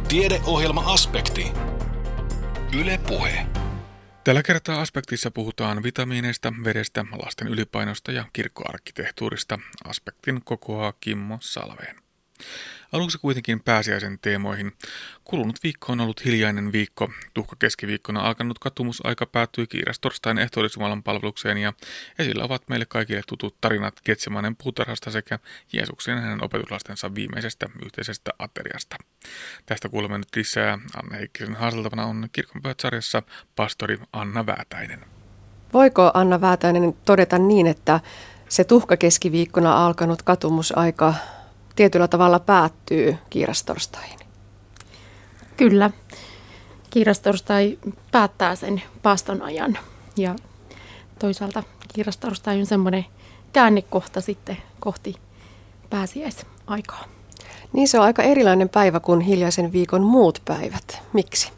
Tiedeohjelma-aspekti. Yle Puhe. Tällä kertaa Aspektissa puhutaan vitamiineista, vedestä, lasten ylipainosta ja kirkkoarkkitehtuurista. Aspektin kokoaa Kimmo Salveen. Aluksi kuitenkin pääsiäisen teemoihin. Kulunut viikko on ollut hiljainen viikko. Tuhkakeskiviikkona alkanut katumusaika päättyi kiirastorstain ehtoollisjumalan palvelukseen ja esillä ovat meille kaikille tutut tarinat Getsemanen puutarhasta sekä Jeesuksen ja hänen opetuslastensa viimeisestä yhteisestä ateriasta. Tästä kuulemme nyt lisää. Anne Heikkisen haasteltavana on Kirkonpyhät-sarjassa pastori Anna Väätäinen. Voiko Anna Väätäinen todeta niin, että se tuhkakeskiviikkona alkanut katumusaika tietyllä tavalla päättyy kiirastorstaihin? Kyllä. Kiirastorstai päättää sen paaston ajan ja toisaalta kiirastorstai on semmoinen käännekohta sitten kohti pääsiäisaikaa. Niin, se on aika erilainen päivä kuin hiljaisen viikon muut päivät. Miksi?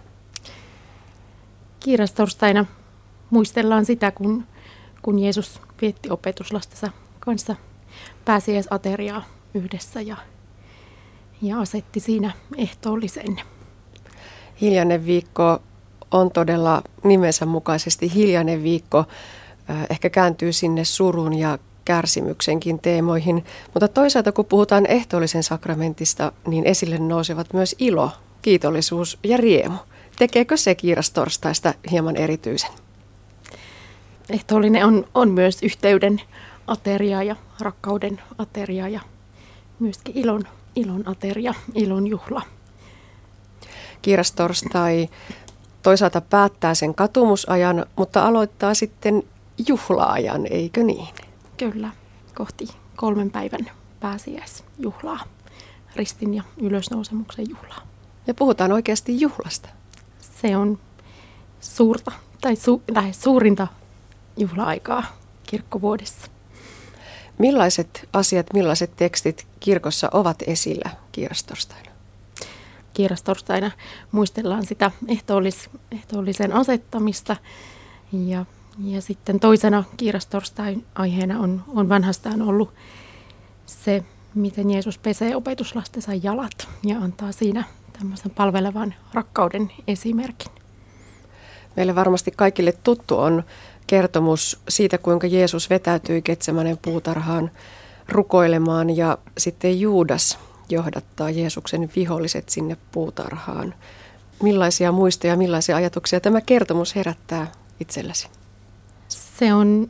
Kiirastorstaina muistellaan sitä, kun Jeesus vietti opetuslastensa kanssa pääsiäisateriaa yhdessä ja asetti siinä ehtoollisen. Hiljainen viikko on todella nimensä mukaisesti hiljainen viikko. Ehkä kääntyy sinne surun ja kärsimyksenkin teemoihin. Mutta toisaalta kun puhutaan ehtoollisen sakramentista, niin esille nousevat myös ilo, kiitollisuus ja riemu. Tekeekö se kiirastorstaista hieman erityisen? Ehtoollinen on myös yhteyden ateria ja rakkauden ateria ja myöskin ilon ateria, ilon juhla. Kiirastorstai toisaalta päättää sen katumusajan, mutta aloittaa sitten juhlaajan, eikö niin? Kyllä, kohti 3 päivän pääsiäisjuhlaa, ristin ja ylösnousemuksen juhlaa. Ja puhutaan oikeasti juhlasta. Se on suurta tai lähes suurinta juhla-aikaa kirkkovuodessa. Millaiset asiat, millaiset tekstit kirkossa ovat esillä kiirastorstaina? Kiirastorstaina muistellaan sitä ehtoollisen asettamista ja sitten toisena kiirastorstain aiheena on vanhastaan ollut se, miten Jeesus pesee opetuslastensa jalat ja antaa siinä tämmöisen palvelevan rakkauden esimerkin. Meille varmasti kaikille tuttu on kertomus siitä, kuinka Jeesus vetäytyi Getsemanen puutarhaan rukoilemaan ja sitten Juudas johdattaa Jeesuksen viholliset sinne puutarhaan. Millaisia muistoja, millaisia ajatuksia tämä kertomus herättää itselläsi? Se on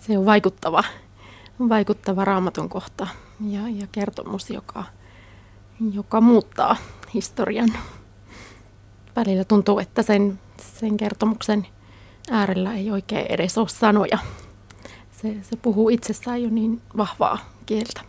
vaikuttava Raamatun kohta ja kertomus, joka muuttaa historian. Välillä tuntuu, että sen kertomuksen äärellä ei oikein edes ole sanoja. Se puhuu itsessään jo niin vahvaa kieltä.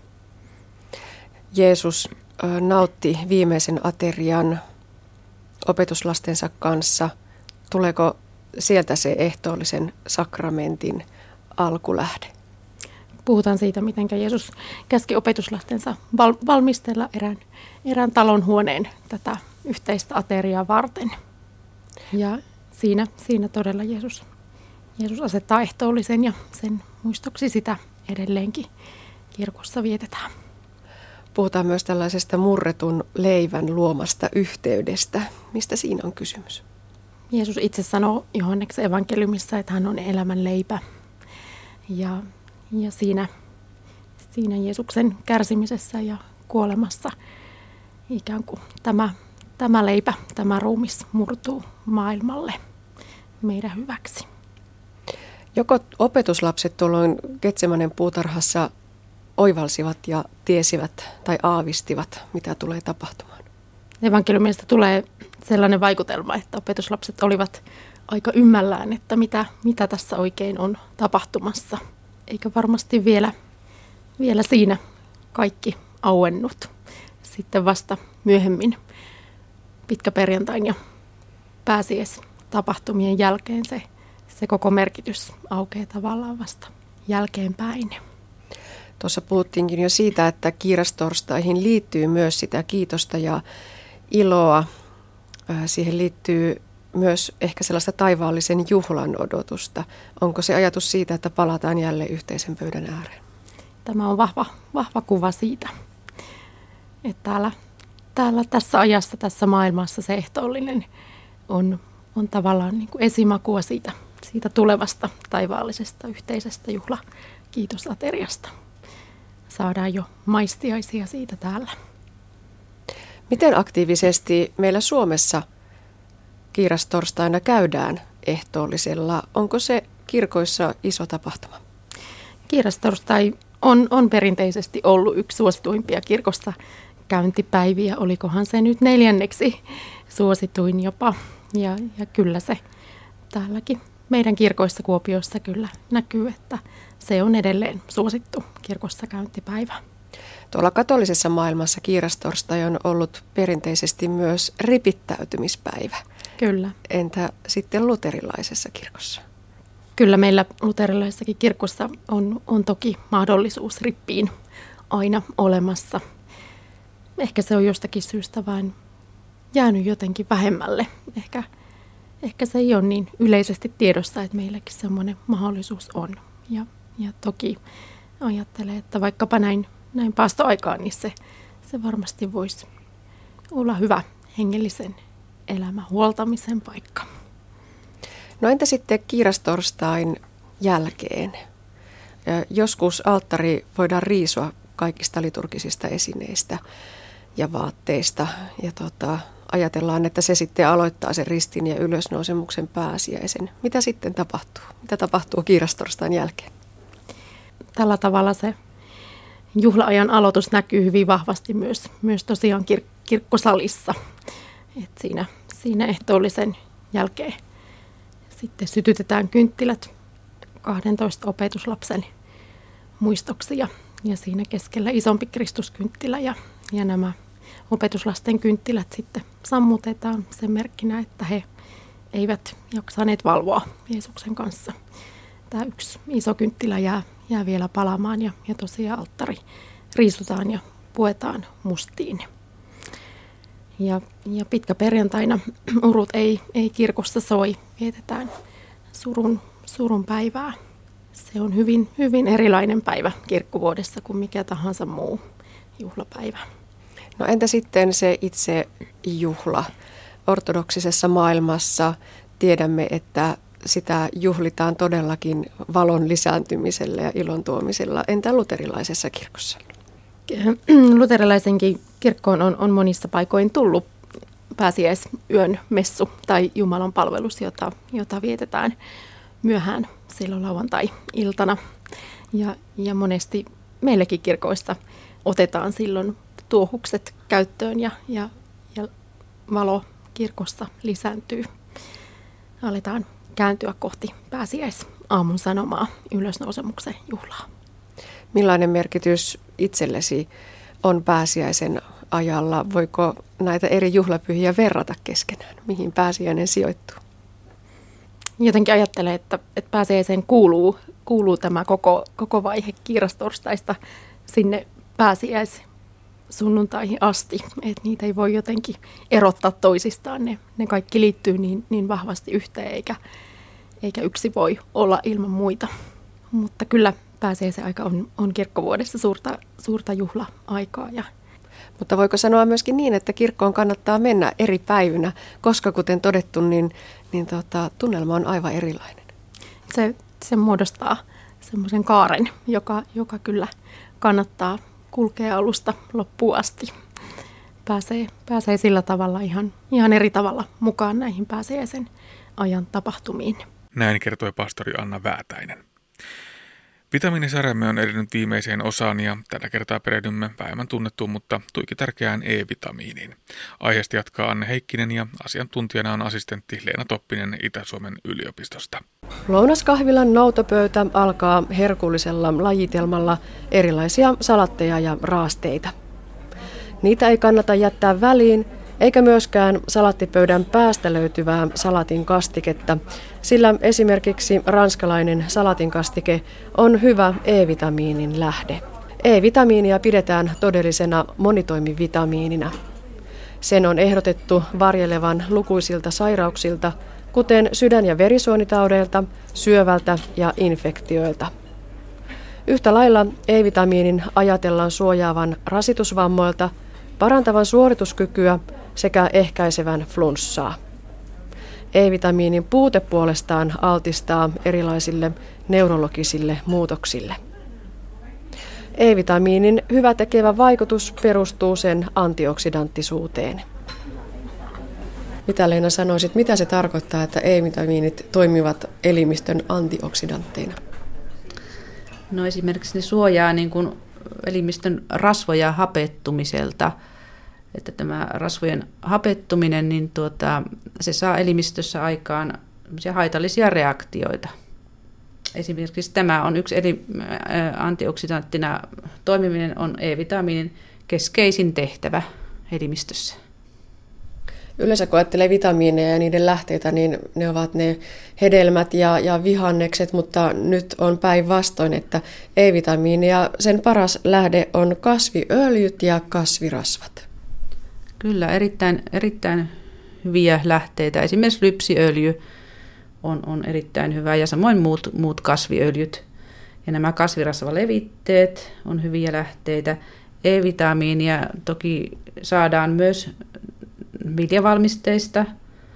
Jeesus nautti viimeisen aterian opetuslastensa kanssa. Tuleeko sieltä se ehtoollisen sakramentin alkulähde? Puhutaan siitä, miten Jeesus käski opetuslastensa valmistella erään talon huoneen tätä yhteistä ateriaa varten. Ja siinä todella Jeesus asettaa ehtoollisen ja sen muistoksi sitä edelleenkin kirkossa vietetään. Puhutaan myös tällaisesta murretun leivän luomasta yhteydestä. Mistä siinä on kysymys? Jeesus itse sanoo Johanneksen evankeliumissa, että hän on elämän leipä. Ja siinä Jeesuksen kärsimisessä ja kuolemassa ikään kuin tämä leipä, tämä ruumis murtuu maailmalle meidän hyväksi. Joko opetuslapset tuolloin Getsemanen puutarhassa oivalsivat ja tiesivät tai aavistivat, mitä tulee tapahtumaan? Evankeliumista tulee sellainen vaikutelma, että opetuslapset olivat aika ymmällään, että mitä tässä oikein on tapahtumassa. Eikä varmasti vielä siinä kaikki auennut. Sitten vasta myöhemmin pitkäperjantain ja pääsiäistapahtumien jälkeen se koko merkitys aukeaa tavallaan vasta jälkeenpäin. Tuossa puhuttiinkin jo siitä, että kiirastorstaihin liittyy myös sitä kiitosta ja iloa. Siihen liittyy myös ehkä sellaista taivaallisen juhlan odotusta. Onko se ajatus siitä, että palataan jälleen yhteisen pöydän ääreen? Tämä on vahva kuva siitä, että täällä tässä ajassa, tässä maailmassa se ehtoollinen on tavallaan niin kuin esimakua siitä tulevasta taivaallisesta yhteisestä juhlakiitosateriasta. Saadaan jo maistiaisia siitä täällä. Miten aktiivisesti meillä Suomessa kiirastorstaina käydään ehtoollisella? Onko se kirkoissa iso tapahtuma? Kiirastorstai on perinteisesti ollut yksi suosituimpia kirkossa käyntipäiviä. Olikohan se nyt 4. suosituin jopa. Ja kyllä se täälläkin meidän kirkoissa Kuopiossa kyllä näkyy, että se on edelleen suosittu kirkossa käyntipäivä. Tuolla katolisessa maailmassa kiirastorstai on ollut perinteisesti myös ripittäytymispäivä. Kyllä. Entä sitten luterilaisessa kirkossa? Kyllä meillä luterilaisessakin kirkossa on toki mahdollisuus rippiin aina olemassa. Ehkä se on jostakin syystä vain jäänyt jotenkin vähemmälle. Ehkä se ei ole niin yleisesti tiedossa, että meilläkin semmoinen mahdollisuus on. Ja toki ajattelen, että vaikkapa näin paastoaikaan, niin se varmasti voisi olla hyvä hengellisen elämän huoltamisen paikka. No entä sitten kiirastorstain jälkeen? Joskus alttari voidaan riisua kaikista liturgisista esineistä ja vaatteista. Ja ajatellaan, että se sitten aloittaa sen ristin ja ylösnousemuksen pääsiäisen. Mitä sitten tapahtuu? Mitä tapahtuu kiirastorstain jälkeen? Tällä tavalla se juhlaajan aloitus näkyy hyvin vahvasti myös tosiaan kirkkosalissa. Et siinä ehtoollisen jälkeen sitten sytytetään kynttilät 12 opetuslapsen muistoksi ja siinä keskellä isompi Kristuskynttilä ja nämä opetuslasten kynttilät sitten sammutetaan sen merkkinä, että he eivät jaksaneet valvoa Jeesuksen kanssa. Tämä yksi iso kynttilä jää vielä palamaan ja tosiaan alttari riisutaan ja puetaan mustiin. Ja pitkäperjantaina urut ei kirkossa soi, vietetään surun päivää. Se on hyvin, hyvin erilainen päivä kirkkovuodessa kuin mikä tahansa muu juhlapäivä. No entä sitten se itse juhla? Ortodoksisessa maailmassa tiedämme, että sitä juhlitaan todellakin valon lisääntymisellä ja ilon tuomisella. Entä luterilaisessa kirkossa? Luterilaisenkin kirkkoon on monissa paikoin tullut pääsiäisyön messu tai Jumalan palvelus, jota vietetään myöhään silloin lauantai-iltana. Ja monesti meilläkin kirkoissa otetaan silloin tuohukset käyttöön ja valo kirkossa lisääntyy. Aletaan kääntyä kohti pääsiäisaamun sanomaa ylösnousemuksen juhlaa. Millainen merkitys itsellesi on pääsiäisen ajalla? Voiko näitä eri juhlapyhiä verrata keskenään? Mihin pääsiäinen sijoittuu? Jotenkin ajattelen, että pääsiäiseen kuuluu tämä koko vaihe kiirastorstaista sinne pääsiäissunnuntaihin asti. Että niitä ei voi jotenkin erottaa toisistaan. Ne kaikki liittyy niin vahvasti yhteen, eikä yksi voi olla ilman muita. Mutta kyllä pääsiäisen aika on kirkkovuodessa suurta juhla-aikaa. Mutta voiko sanoa myöskin niin, että kirkkoon kannattaa mennä eri päivinä, koska kuten todettu, niin tunnelma on aivan erilainen. Se muodostaa semmoisen kaaren, joka kyllä kannattaa kulkea alusta loppuun asti. Pääsee sillä tavalla ihan eri tavalla mukaan näihin pääsiäisen ajan tapahtumiin. Näin kertoi pastori Anna Väätäinen. Vitamiinisarjamme on edennyt viimeiseen osaan ja tällä kertaa perehdymme vähemmän tunnettuun, mutta tuiki tärkeään E-vitamiiniin. Aiheesta jatkaa Anne Heikkinen ja asiantuntijana on assistentti Leena Toppinen Itä-Suomen yliopistosta. Lounaskahvilan noutopöytä alkaa herkullisella lajitelmalla erilaisia salatteja ja raasteita. Niitä ei kannata jättää väliin, eikä myöskään salattipöydän päästä löytyvää salatin kastiketta, sillä esimerkiksi ranskalainen salatinkastike on hyvä E-vitamiinin lähde. E-vitamiinia pidetään todellisena monitoimivitamiinina. Sen on ehdotettu varjelevan lukuisilta sairauksilta, kuten sydän- ja verisuonitaudeilta, syövältä ja infektioilta. Yhtä lailla E-vitamiinin ajatellaan suojaavan rasitusvammoilta, parantavan suorituskykyä sekä ehkäisevän flunssaa. E-vitamiinin puute puolestaan altistaa erilaisille neurologisille muutoksille. E-vitamiinin hyvätekevä vaikutus perustuu sen antioksidanttisuuteen. Mitä Leena sanoisit, mitä se tarkoittaa, että E-vitamiinit toimivat elimistön antioksidantteina? No esimerkiksi ne suojaa niin kuin elimistön rasvoja hapettumiselta. Että tämä rasvojen hapettuminen, niin se saa elimistössä aikaan haitallisia reaktioita. Esimerkiksi tämä on yksi antioksidanttina toimiminen on E-vitamiinin keskeisin tehtävä elimistössä. Yleensä kun ajattelee vitamiineja ja niiden lähteitä, niin ne ovat ne hedelmät ja vihannekset, mutta nyt on päinvastoin, että E-vitamiini ja sen paras lähde on kasviöljyt ja kasvirasvat. Kyllä, erittäin hyviä lähteitä. Esimerkiksi lypsiöljy on erittäin hyvä ja samoin muut kasviöljyt. Ja nämä kasvirasvalevitteet on hyviä lähteitä. E-vitamiinia toki saadaan myös viljavalmisteista.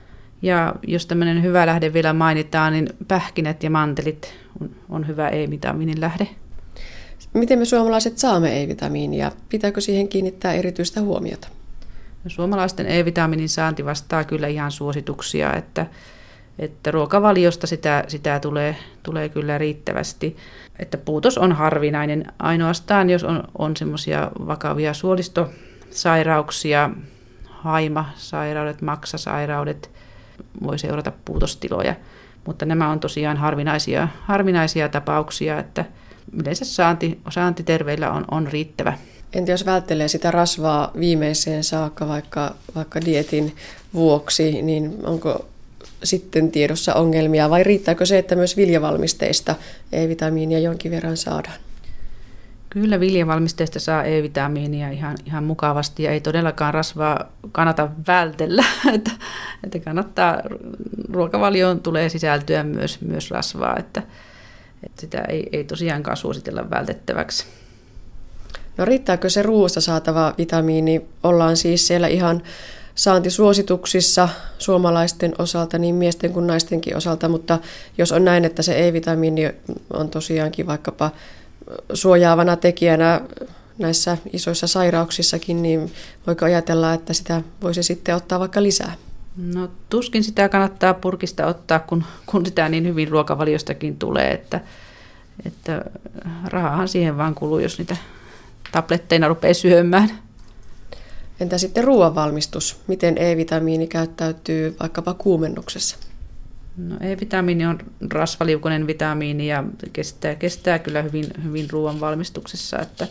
Ja jos tämmöinen hyvä lähde vielä mainitaan, niin pähkinät ja mantelit on hyvä E-vitamiinin lähde. Miten me suomalaiset saamme E-vitamiinia? Pitääkö siihen kiinnittää erityistä huomiota? No, suomalaisten E-vitamiinin saanti vastaa kyllä ihan suosituksia, että ruokavaliosta sitä tulee kyllä riittävästi. Että puutos on harvinainen ainoastaan, jos on semmoisia vakavia suolistosairauksia, haimasairaudet, maksasairaudet, voi seurata puutostiloja. Mutta nämä on tosiaan harvinaisia tapauksia, että yleensä saanti terveillä on riittävä. Entä jos välttelee sitä rasvaa viimeiseen saakka vaikka dieetin vuoksi, niin onko sitten tiedossa ongelmia vai riittääkö se, että myös viljavalmisteista E-vitamiinia jonkin verran saadaan? Kyllä viljavalmisteista saa E-vitamiinia ihan mukavasti ja ei todellakaan rasvaa kannata vältellä, että kannattaa, ruokavalioon tulee sisältyä myös rasvaa, että sitä ei tosiaankaan suositella vältettäväksi. No riittääkö se ruoasta saatava vitamiini? Ollaan siis siellä ihan saantisuosituksissa suomalaisten osalta, niin miesten kuin naistenkin osalta, mutta jos on näin, että se E-vitamiini on tosiaankin vaikkapa suojaavana tekijänä näissä isoissa sairauksissakin, niin voiko ajatella, että sitä voisi sitten ottaa vaikka lisää? No tuskin sitä kannattaa purkista ottaa, kun sitä niin hyvin ruokavaliostakin tulee, että rahahan siihen vaan kuluu, jos niitä tabletteina rupeaa syömään. Entä sitten ruoanvalmistus? Miten E-vitamiini käyttäytyy vaikkapa kuumennuksessa? No, E-vitamiini on rasvaliukoinen vitamiini ja kestää kyllä hyvin ruoanvalmistuksessa, että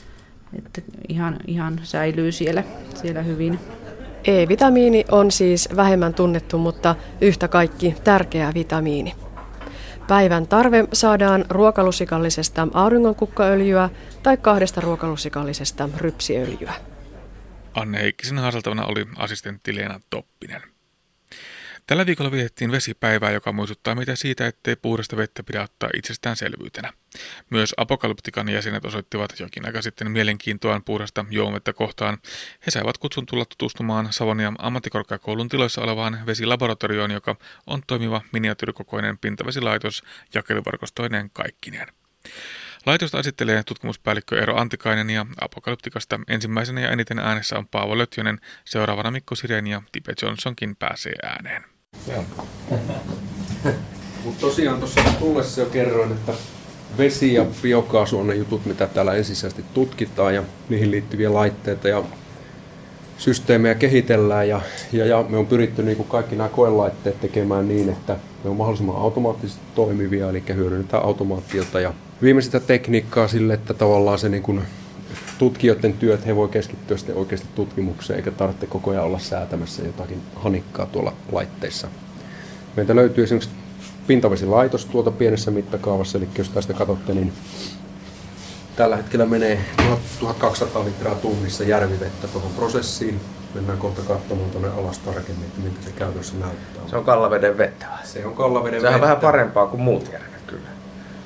ihan säilyy siellä hyvin. E-vitamiini on siis vähemmän tunnettu, mutta yhtä kaikki tärkeä vitamiini. Päivän tarve saadaan ruokalusikallisesta auringonkukkaöljyä tai 2 ruokalusikallisesta rypsiöljyä. Anne Heikkisen haaseltavana oli assistentti Leena Toppinen. Tällä viikolla vietettiin vesipäivää, joka muistuttaa meitä siitä, ettei puhdasta vettä pidä ottaa itsestäänselvyytenä. Myös Apokalyptikan jäsenet osoittivat jokin aika sitten mielenkiintoaan puhdasta juomavettä kohtaan. He saivat kutsun tulla tutustumaan Savonian ammattikorkeakoulun tiloissa olevaan vesilaboratorioon, joka on toimiva miniatyyrikokoinen pintavesilaitos jakeluverkostoineen kaikkineen. Laitosta esittelee tutkimuspäällikkö Eero Antikainen ja Apokalyptikasta ensimmäisenä ja eniten äänessä on Paavo Lötjönen, seuraavana Mikko Sirén ja Tipe Johnsonkin pääsee ääneen. Mutta tosiaan tuossa tullessa jo kerroin, että vesi ja biokaasu on ne jutut, mitä täällä ensisijaisesti tutkitaan ja niihin liittyviä laitteita ja systeemejä kehitellään ja me on pyritty niin kuin kaikki nämä koelaitteet tekemään niin, että ne on mahdollisimman automaattisesti toimivia, eli hyödynnetään automaatiota ja viimeisintä tekniikkaa sille, että tavallaan se niin kuin tutkijoiden työt, he voi keskittyä sitten oikeasti tutkimukseen eikä tarvitse koko ajan olla säätämässä jotakin hanikkaa tuolla laitteissa. Meiltä löytyy esimerkiksi pintavesilaitos tuolta pienessä mittakaavassa, eli jos tästä katsotte, niin tällä hetkellä menee 1200 litraa tunnissa järvivettä tuohon prosessiin. Mennään kohta katsomaan tuonne alas tarkemmin, että miltä se käytössä näyttää. Se on Kallaveden vettä. Se on Kallaveden vettä. Sehän on vähän parempaa kuin muut järvet kyllä.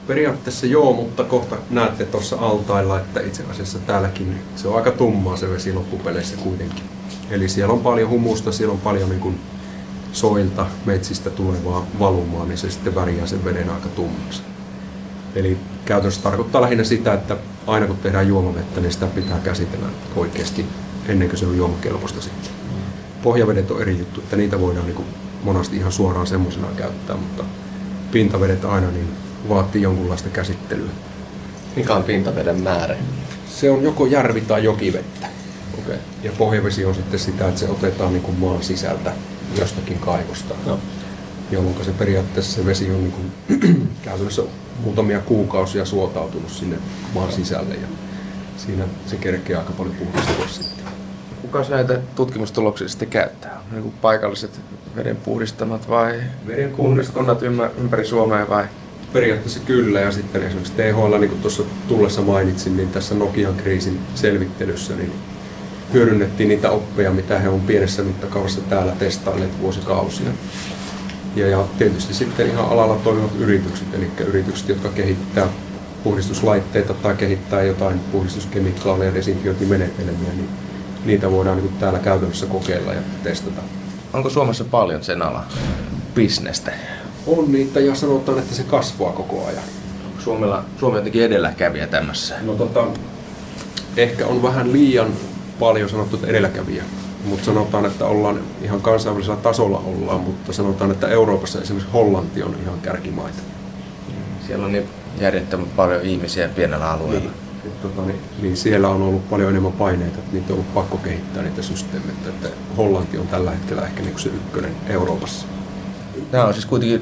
Periaatteessa joo, mutta kohta näette tuossa altailla, että itse asiassa täälläkin se on aika tummaa se vesi loppupeleissä kuitenkin. Eli siellä on paljon humusta, siellä on paljon niin kuin soilta, metsistä tulevaa valumaa, niin se sitten värjää sen veden aika tummaksi. Eli käytännössä tarkoittaa lähinnä sitä, että aina kun tehdään juomavettä, niin sitä pitää käsitellä oikeasti ennen kuin se on juomakelpoista sitten. Pohjavedet on eri juttu, että niitä voidaan niin kuin monasti ihan suoraan semmoisenaan käyttää, mutta pintavedet aina niin vaatii jonkunlaista käsittelyä. Mikä on pintaveden määrä? Se on joko järvi- tai jokivettä. Okay. Ja pohjavesi on sitten sitä, että se otetaan niin kuin maan sisältä jostakin kaivosta. No. Jolloin se periaatteessa se vesi on niin kuin käytännössä muutamia kuukausia suotautunut sinne maan sisälle. Ja siinä se kerkeää aika paljon puhdistua sitten. Kuka näitä tutkimustuloksia sitten käyttää? Niin paikalliset vedenpuhdistamat vai vedenpuhdistajat ympäri Suomea vai? Periaatteessa kyllä, ja sitten esimerkiksi THL, niin kuin tuossa tullessa mainitsin, niin tässä Nokian kriisin selvittelyssä niin hyödynnettiin niitä oppeja, mitä he on pienessä mittakaavassa täällä testailleet vuosikausia. Ja tietysti sitten ihan alalla toimivat yritykset, eli yritykset, jotka kehittää puhdistuslaitteita tai kehittää jotain puhdistuskemikaaleja ja desinfiointimenetelmiä, niin niitä voidaan niin kuin täällä käytännössä kokeilla ja testata. Onko Suomessa paljon sen alan bisnestä? On niitä ja sanotaan, että se kasvaa koko ajan. Suomi on jotenkin edelläkävijä tämmössä. No ehkä on vähän liian paljon sanottu, että edelläkävijä. Mutta sanotaan, että ollaan ihan kansainvälisellä tasolla ollaan, mutta sanotaan, että Euroopassa esimerkiksi Hollanti on ihan kärkimaita. Siellä on niin järjettömän paljon ihmisiä pienellä alueella. Niin siellä on ollut paljon enemmän paineita, että niitä on ollut pakko kehittää niitä systeemejä. Että Hollanti on tällä hetkellä ehkä niin kuin se ykkönen Euroopassa. Nämä on siis kuitenkin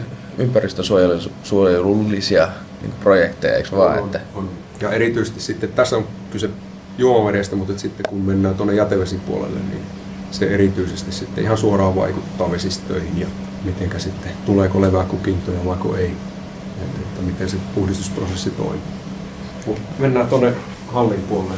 ympäristösuojelullisia niin projekteja, eikö vaan? On. Ja erityisesti sitten tässä on kyse juomavedestä, mutta sitten kun mennään tuonne jätevesipuolelle, niin se erityisesti sitten ihan suoraan vaikuttaa vesistöihin ja mitenkä sitten, tuleeko leväkukintoja vaiko ei. Että miten se puhdistusprosessi toimii. Mennään tuonne hallin puolelle.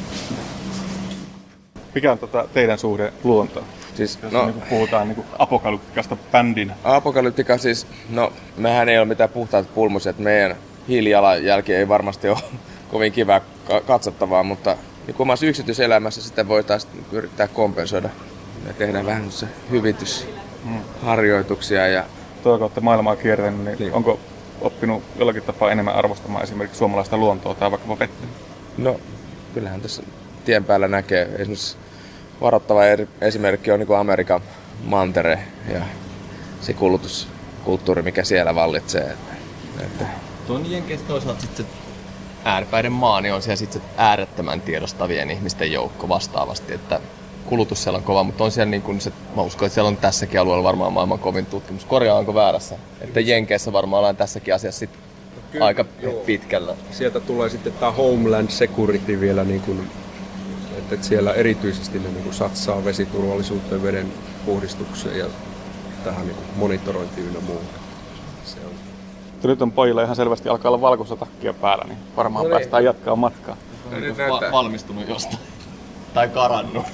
Mikä on teidän suhde luontoon? Siis, niin puhutaan niin apokalyptikasta bändinä. Apokalyptika siis, mehän ei ole mitään puhtaat pulmusia, että meidän hiilijalanjälki ei varmasti ole kovin kivää katsottavaa, mutta niin omassa yksityiselämässä sitä voitaisiin yrittää kompensoida. Me tehdään vähän hyvitysharjoituksia. Ja tuo kautta maailmaa kiertänyt, niin onko oppinut jollakin tapaa enemmän arvostamaan esimerkiksi suomalaista luontoa tai vaikkapa vettä? No, kyllähän tässä tien päällä näkee. Esimerkiksi varoittava esimerkki on niin kuin Amerikan mantere ja se kulutuskulttuuri, mikä siellä vallitsee. Tuon Jenkeissä toisaalta sitten ääripäiden maa, niin on siellä sitten äärettömän tiedostavien ihmisten joukko vastaavasti, että kulutus siellä on kova, mutta on siellä niin kuin se, mä uskon, että siellä on tässäkin alueella varmaan maailman kovin tutkimus. Korjaanko väärässä? Että Jenkeissä varmaan ollaan tässäkin asiassa sitten aika pitkällä. Sieltä tulee sitten tämä Homeland Security vielä, niin kuin, että siellä erityisesti ne niin kuin satsaa vesiturvallisuuteen, veden puhdistukseen ja tähän niin kuin monitorointiin ynnä muuta. Nyt on pojilla ihan selvästi alkaa olla valkoista takkia päällä, niin varmaan päästään jatkaa matkaa. Valmistunut jostain. Tai karannut.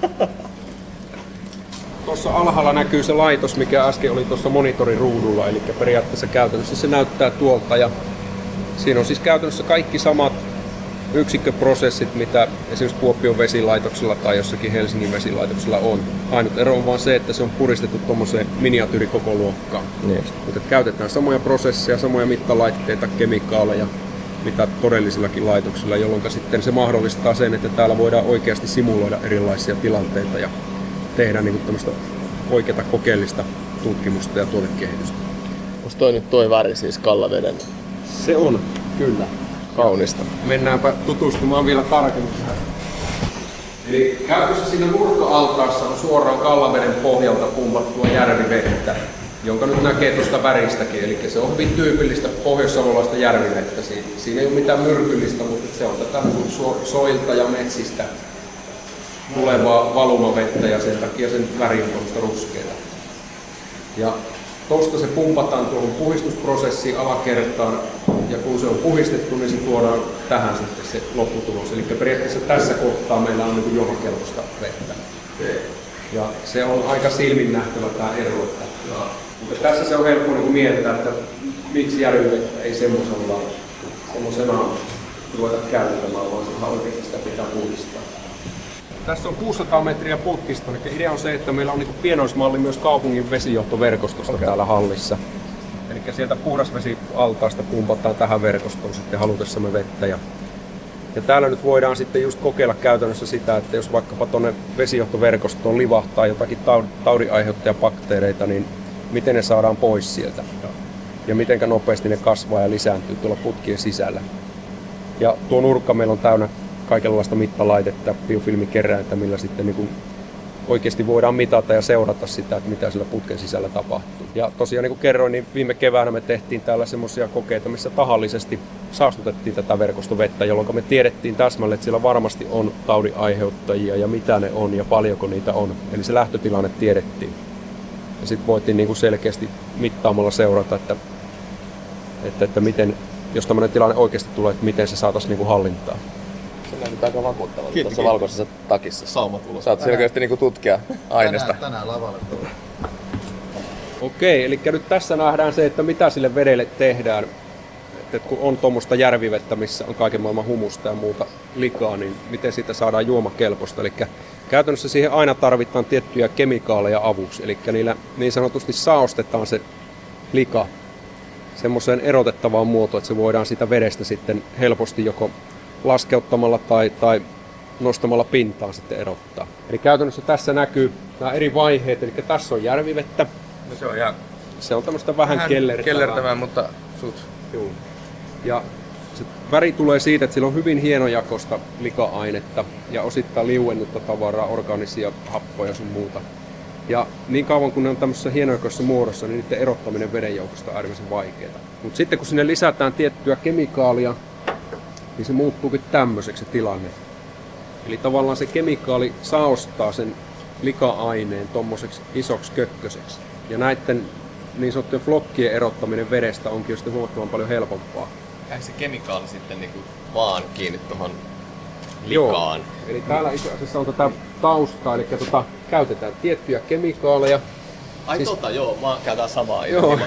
Tuossa alhaalla näkyy se laitos, mikä äsken oli tuossa monitoriruudulla, eli periaatteessa käytännössä se näyttää tuolta. Ja siinä on siis käytännössä kaikki samat yksikköprosessit, mitä esimerkiksi Kuopion vesilaitoksella tai jossakin Helsingin vesilaitoksella on. Ainut ero on vaan se, että se on puristettu tuommoiseen miniatyyrikokoluokkaan. Mutta käytetään samoja prosesseja, samoja mittalaitteita, kemikaaleja, mitä todellisillakin laitoksilla, jolloin sitten se mahdollistaa sen, että täällä voidaan oikeasti simuloida erilaisia tilanteita ja tehdä niin tämmöistä oikeata kokeellista tutkimusta ja tuotekehitystä. Onko toi väri siis Kallaveden? Se on, kyllä. Kaunista. Mennäänpä tutustumaan vielä tarkemmin tähän. Eli käytössä siinä nurkka-altaassa on suoraan Kallaveden pohjalta pumpattua järvivettä, jonka nyt näkee tuosta väristäkin. Eli se on hyvin tyypillistä pohjoissavolaista järvivettä. Siinä ei ole mitään myrkyllistä, mutta se on tätä soilta ja metsistä tulevaa valumavettä ja sen takia sen väri on tuosta ruskeata. Ja tuosta se pumpataan tuohon puhdistusprosessiin alakertaan ja kun se on puhdistettu, niin se tuodaan tähän sitten se lopputulos. Eli periaatteessa tässä kohtaa meillä on niin juomakelpoista vettä. Ja se on aika silmin nähtävä tämä ero. Mutta tässä se on helppo niin mieltää, että miksi järvivettä ei semmoisella semmoisena ruveta käyttämään, vaan ihan oikeasti sitä pitää puhdistaa. Tässä on 600 metriä putkista, eli idea on se, että meillä on pienoismalli myös kaupungin vesijohtoverkostosta täällä hallissa. Eli sieltä puhdasvesialtaasta pumpataan tähän verkostoon sitten halutessamme vettä. Ja täällä nyt voidaan sitten just kokeilla käytännössä sitä, että jos vaikkapa tuonne vesijohtoverkostoon livahtaa jotakin taudinaiheuttajabakteereita, niin miten ne saadaan pois sieltä. Ja miten nopeasti ne kasvaa ja lisääntyy tuolla putkien sisällä. Ja tuo nurkka meillä on täynnä kaikenlaista mittalaitetta, biofilmikeräintä, millä sitten niin kuin oikeasti voidaan mitata ja seurata sitä, että mitä sillä putken sisällä tapahtuu. Ja tosiaan niin kuin kerroin, niin viime keväänä me tehtiin täällä semmoisia kokeita, missä tahallisesti saastutettiin tätä verkostovettä, jolloin me tiedettiin täsmälleen, että siellä varmasti on taudinaiheuttajia ja mitä ne on ja paljonko niitä on. Eli se lähtötilanne tiedettiin. Ja sitten voitiin niin kuin selkeästi mittaamalla seurata, että miten, jos tämmöinen tilanne oikeasti tulee, että miten se saataisiin niin kuin hallintaan. Se näyttää aika vakuuttavalta tuossa valkoisessa takissa. Saumat ulos. Sä oot selkeästi niinku tutkija aineesta. Tänään lavalle tulee. Okei, eli nyt tässä nähdään se, että mitä sille vedelle tehdään. Että kun on tuommoista järvivettä, missä on kaiken maailman humusta ja muuta likaa, niin miten siitä saadaan juomakelpoista. Eli käytännössä siihen aina tarvitaan tiettyjä kemikaaleja avuksi. Eli niillä niin sanotusti saostetaan se lika semmoiseen erotettavaan muotoon, että se voidaan siitä vedestä sitten helposti joko laskeuttamalla tai nostamalla pintaan sitten erottaa. Eli käytännössä tässä näkyy nämä eri vaiheet, eli tässä on järvivettä. No se on ihan... Se on tämmöistä vähän kellertävää, mutta sut. Juu. Ja se väri tulee siitä, että sillä on hyvin hienojakoista lika-ainetta ja osittain liuennutta tavaraa, orgaanisia happoja sun muuta. Ja niin kauan kun ne on tämmöisessä hienojakoisessa muodossa, niin niiden erottaminen veden joukosta on äärimmäisen vaikeaa. Mutta sitten kun sinne lisätään tiettyä kemikaalia, niin se muuttuukin tämmöiseksi se tilanne. Eli tavallaan se kemikaali saostaa sen lika-aineen tommoseksi isoksi kökköseksi. Ja näiden niin sanottujen flokkien erottaminen vedestä onkin jo sitten huomattavan paljon helpompaa. Jääkö se kemikaali sitten niinku vaan kiinni tuohon likaan? Joo. Eli täällä itse asiassa on tätä taustaa, eli käytetään tiettyjä kemikaaleja. Ai siis... joo, mä käytän samaa joo,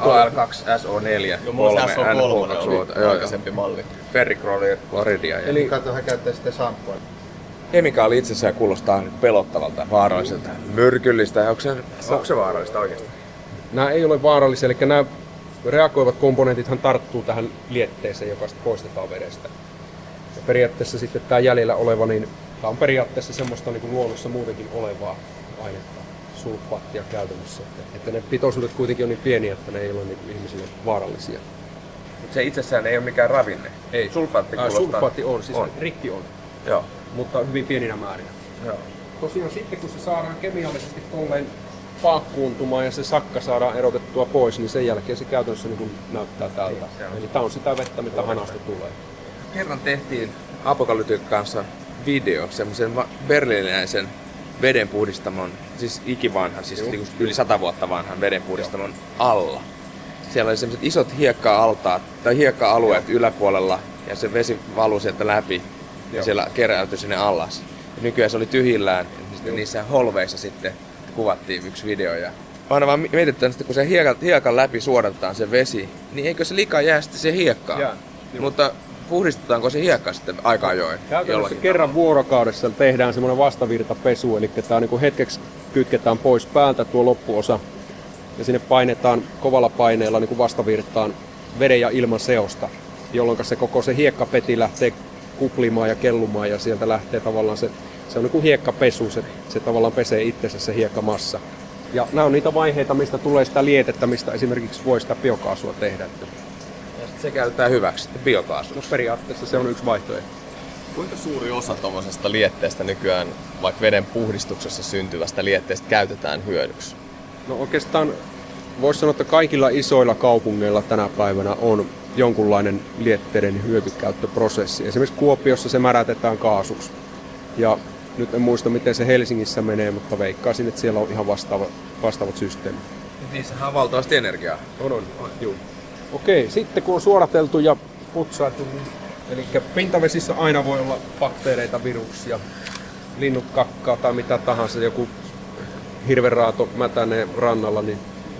AL2SO4, joo, mulla on SO3 oli aikaisempi malli. Ferrikloridia. Eli hän käyttää sitten shampoa. Kemikaali itsessään kuulostaa pelottavalta, vaaralliselta, myrkyllistä. Onko se vaarallista oikeasti? Nämä ei ole vaarallisia, eli nämä reagoivat komponentithan tarttuu tähän lietteeseen, joka sitten poistetaan vedestä. Ja periaatteessa sitten tämä jäljellä oleva, niin tämä on periaatteessa semmoista niin kuin luonnossa muutenkin olevaa ainetta, sulfaattia käytännössä. Että ne pitoisuudet kuitenkin on niin pieniä, että ne ei ole niin ihmisille vaarallisia. Mutta se itsessään ei ole mikään ravinne. Ei. Sulfaatti kuulostaa. Sulfaatti on, siis on. Rikki on. Joo. Mutta hyvin pieninä määrinä. Joo. Tosiaan sitten kun se saadaan kemiallisesti tolleen paakkuuntumaan ja se sakka saadaan erotettua pois, niin sen jälkeen se käytännössä niin näyttää tältä. Eli tämä on sitä vettä, mitä hanasta tulee. Kerran tehtiin Apokalyptin kanssa video semmoisen berliiniläisen vedenpuhdistamon, siis ikivanhan, siis yli 100 vuotta vanhan vedenpuhdistamon alla. Siellä oli semmoiset isot hiekka-altaat tai hiekka-alueet yläpuolella ja se vesi valui sieltä läpi ja siellä keräytyi sinne alas. Ja nykyään se oli tyhjillään ja niissä holveissa sitten kuvattiin yksi video. Ja aina vaan mietitään, että kun se hiekan läpi suodatetaan se vesi, niin eikö se lika jää sitten siihen hiekkaan? Mutta puhdistetaanko se hiekka sitten aika ajoin? Käytännössä kerran vuorokaudessa tehdään semmoinen vastavirtapesu, eli tämä niin hetkeksi kytketään pois päältä tuo loppuosa ja sinne painetaan kovalla paineella niin vastavirtaan veden ja ilman seosta, jolloin se koko se hiekkapeti lähtee kuplimaan ja kellumaan ja sieltä lähtee tavallaan se on niin kuin hiekkapesu, se tavallaan pesee itsensä se hiekkamassa. Ja nämä on niitä vaiheita, mistä tulee sitä lietettä, mistä esimerkiksi voi sitä biokaasua tehdä. Ja se käytetään hyväksi, biokaasua. No periaatteessa se on yksi vaihtoehto. Kuinka suuri osa tuommoisesta lietteestä nykyään, vaikka veden puhdistuksessa syntyvästä lietteestä, käytetään hyödyksi? No oikeastaan voisi sanoa, että kaikilla isoilla kaupungeilla tänä päivänä on jonkunlainen lietteiden hyötykäyttöprosessi. Esimerkiksi Kuopiossa se märätetään kaasuksi. Ja nyt en muista, miten se Helsingissä menee, mutta veikkaisin, että siellä on ihan vastaavat systeemit. Niissähän on valtavasti energiaa. On. Juu. Okei, sitten kun on suorateltu ja putsailtu, eli pintavesissä aina voi olla bakteereita, viruksia, linnut kakkaa tai mitä tahansa, joku hirvenraato mätänee rannalla, niin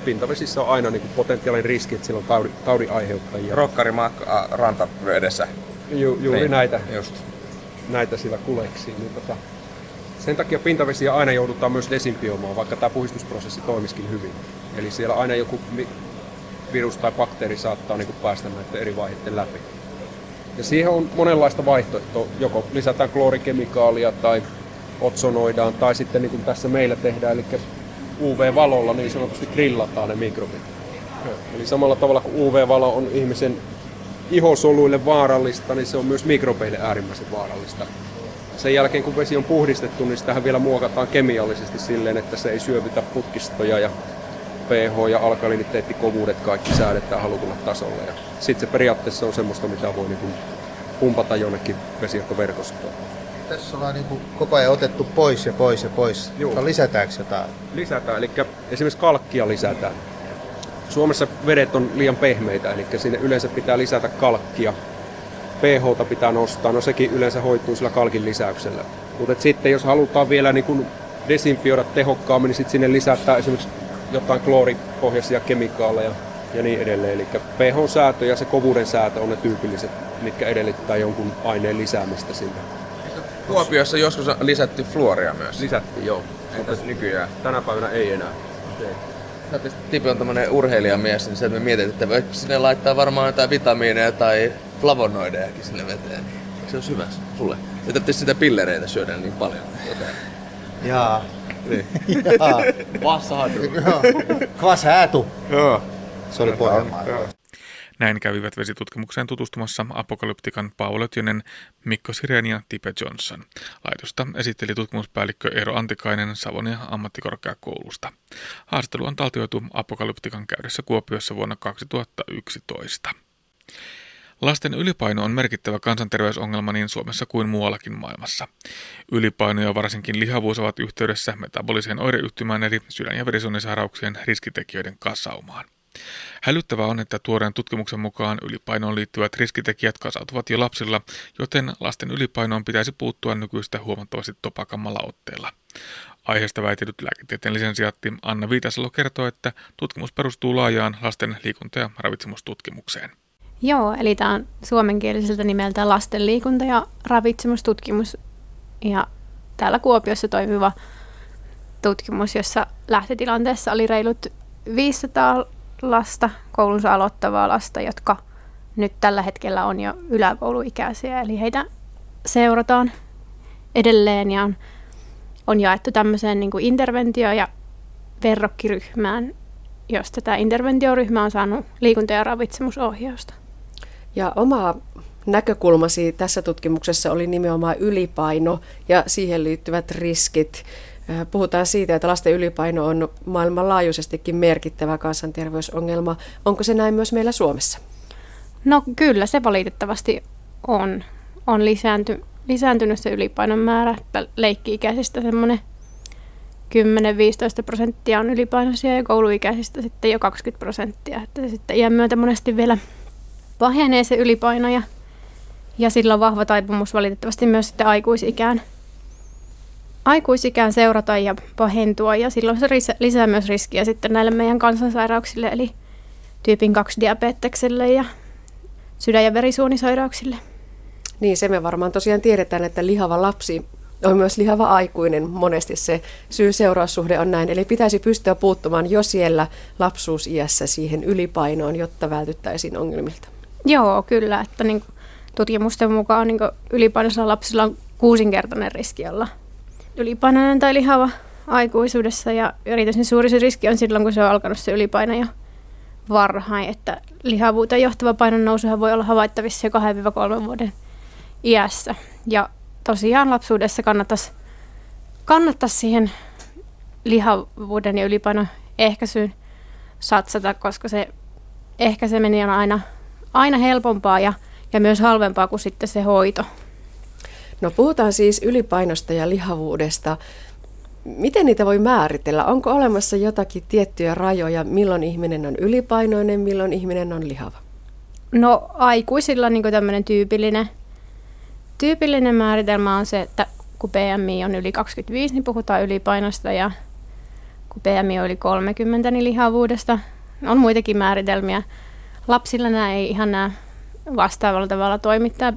pintavesissä on aina niin kuin potentiaalinen riski, että siellä on taudin aiheuttajia. Rokkarimaakka rantavedessä. Juuri Niin, näitä, just. näitä sillä kuleksii. Niin sen takia pintavesiä aina joudutaan myös desinfioimaan, vaikka tämä puhdistusprosessi toimisikin hyvin. Eli siellä aina joku virus tai bakteeri saattaa niin kuin päästä näiden eri vaiheiden läpi. Ja siihen on monenlaista vaihtoehtoa. Joko lisätään kloorikemikaalia tai otsonoidaan, tai sitten niin kuin tässä meillä tehdään, eli UV-valolla niin sanotusti grillataan ne mikrobit. Eli samalla tavalla kuin UV-valo on ihmisen ihosoluille vaarallista, niin se on myös mikrobeille äärimmäisen vaarallista. Sen jälkeen kun vesi on puhdistettu, niin sitähän vielä muokataan kemiallisesti silleen, että se ei syövytä putkistoja ja pH- ja alkaliniteettikovuudet kaikki säädetään halutulle tasolle. Ja sitten se periaatteessa on semmoista, mitä voi niin pumpata jonnekin vesijohtoverkostoon. Tässä ollaan niin kuin koko ajan otettu pois ja pois ja pois. No, lisätäänkö jotain? Lisätään, eli esimerkiksi kalkkia lisätään. Suomessa vedet on liian pehmeitä, eli sinne yleensä pitää lisätä kalkkia. pH:ta pitää nostaa, no sekin yleensä hoituu sillä kalkin lisäyksellä. Mutta sitten jos halutaan vielä niin kuin desinfioida tehokkaammin, niin sitten sinne lisätään esimerkiksi jotain klooripohjaisia kemikaaleja ja niin edelleen. Eli pH-säätö ja se kovuuden säätö on ne tyypilliset, mitkä edellyttää jonkun aineen lisäämistä sinne. Kuopiossa joskus on lisätty fluoria myös. Lisättiin, joo. Entäs nykyään? Tänä päivänä ei enää. Tipi on tämmönen urheilijamies, niin se me mietit, että voiko sinne laittaa varmaan jotain vitamiineja tai flavonoidejakin sinne veteen. Se on hyvä sulle. Ei tarvitse sitä pillereitä syödä niin paljon. Jaa. Niin. Jaa. Vassahadu. Joo. Kvas häätu. Joo. Se oli Pohjanmaa. Näin kävivät vesitutkimukseen tutustumassa Apokalyptikan Paavo Lötjönen, Mikko Sirén ja Tipe Johnson. Laitosta esitteli tutkimuspäällikkö Eero Antikainen Savonia ammattikorkeakoulusta. Haastattelu on taltioitu Apokalyptikan käydessä Kuopiossa vuonna 2011. Lasten ylipaino on merkittävä kansanterveysongelma niin Suomessa kuin muuallakin maailmassa. Ylipaino ja varsinkin lihavuus ovat yhteydessä metaboliseen oireyhtymään eli sydän- ja verisuonisairauksien riskitekijöiden kasaumaan. Hälyttävää on, että tuoreen tutkimuksen mukaan ylipainoon liittyvät riskitekijät kasautuvat jo lapsilla, joten lasten ylipainoon pitäisi puuttua nykyistä huomattavasti topakammalla otteella. Aiheesta väitetyt lääketieteen lisensiaatti Anna Viitasalo kertoo, että tutkimus perustuu laajaan lasten liikunta- ja ravitsemustutkimukseen. Joo, eli tämä on suomenkieliseltä nimeltä lasten liikunta- ja ravitsemustutkimus. Ja täällä Kuopiossa toimiva tutkimus, jossa lähtötilanteessa oli reilut 500 lasta, koulunsa aloittavaa lasta, jotka nyt tällä hetkellä on jo yläkouluikäisiä. Eli heitä seurataan edelleen ja on jaettu tämmöiseen niin kuin interventio- ja verrokkiryhmään, josta tämä interventioryhmä on saanut liikunta- ja ravitsemusohjausta. Ja oma näkökulmasi tässä tutkimuksessa oli nimenomaan ylipaino ja siihen liittyvät riskit. Puhutaan siitä, että lasten ylipaino on maailmanlaajuisestikin merkittävä kansanterveysongelma. Onko se näin myös meillä Suomessa? No kyllä se valitettavasti on lisääntynyt se ylipainon määrä. Leikki-ikäisistä semmoinen 10-15% on ylipainoisia ja kouluikäisistä sitten jo 20%. Että sitten iän myötä monesti vielä pahenee se ylipaino ja sillä on vahva taipumus valitettavasti myös sitten aikuisikään seurata ja pahentua, ja silloin se lisää myös riskiä sitten näille meidän kansansairauksille, eli tyypin 2-diabetekselle ja sydän- ja verisuonisairauksille. Niin, se me varmaan tosiaan tiedetään, että lihava lapsi on myös lihava aikuinen. Monesti se syy-seuraussuhde on näin, eli pitäisi pystyä puuttumaan jo siellä lapsuusiässä siihen ylipainoon, jotta vältyttäisiin ongelmilta. Joo, kyllä, että niin tutkimusten mukaan niin ylipainoisilla lapsilla on 6-kertainen riski olla ylipainoinen tai lihava aikuisuudessa, ja erityisen suuri se riski on silloin, kun se on alkanut se ylipaino jo varhain, että lihavuuteen johtava painon nousuhan voi olla havaittavissa jo 2-3 vuoden iässä. Ja tosiaan lapsuudessa kannattaisi siihen lihavuuden ja ylipainon ehkäisyyn satsata, koska se ehkäiseminen on aina helpompaa ja myös halvempaa kuin sitten se hoito. No puhutaan siis ylipainosta ja lihavuudesta. Miten niitä voi määritellä? Onko olemassa jotakin tiettyjä rajoja, milloin ihminen on ylipainoinen, milloin ihminen on lihava? No aikuisilla niin tämmöinen tyypillinen määritelmä on se, että kun BMI on yli 25, niin puhutaan ylipainosta, ja kun BMI on yli 30 niin lihavuudesta. On muitakin määritelmiä. Lapsilla nämä ei ihan nämä vastaavalla tavalla toimittaa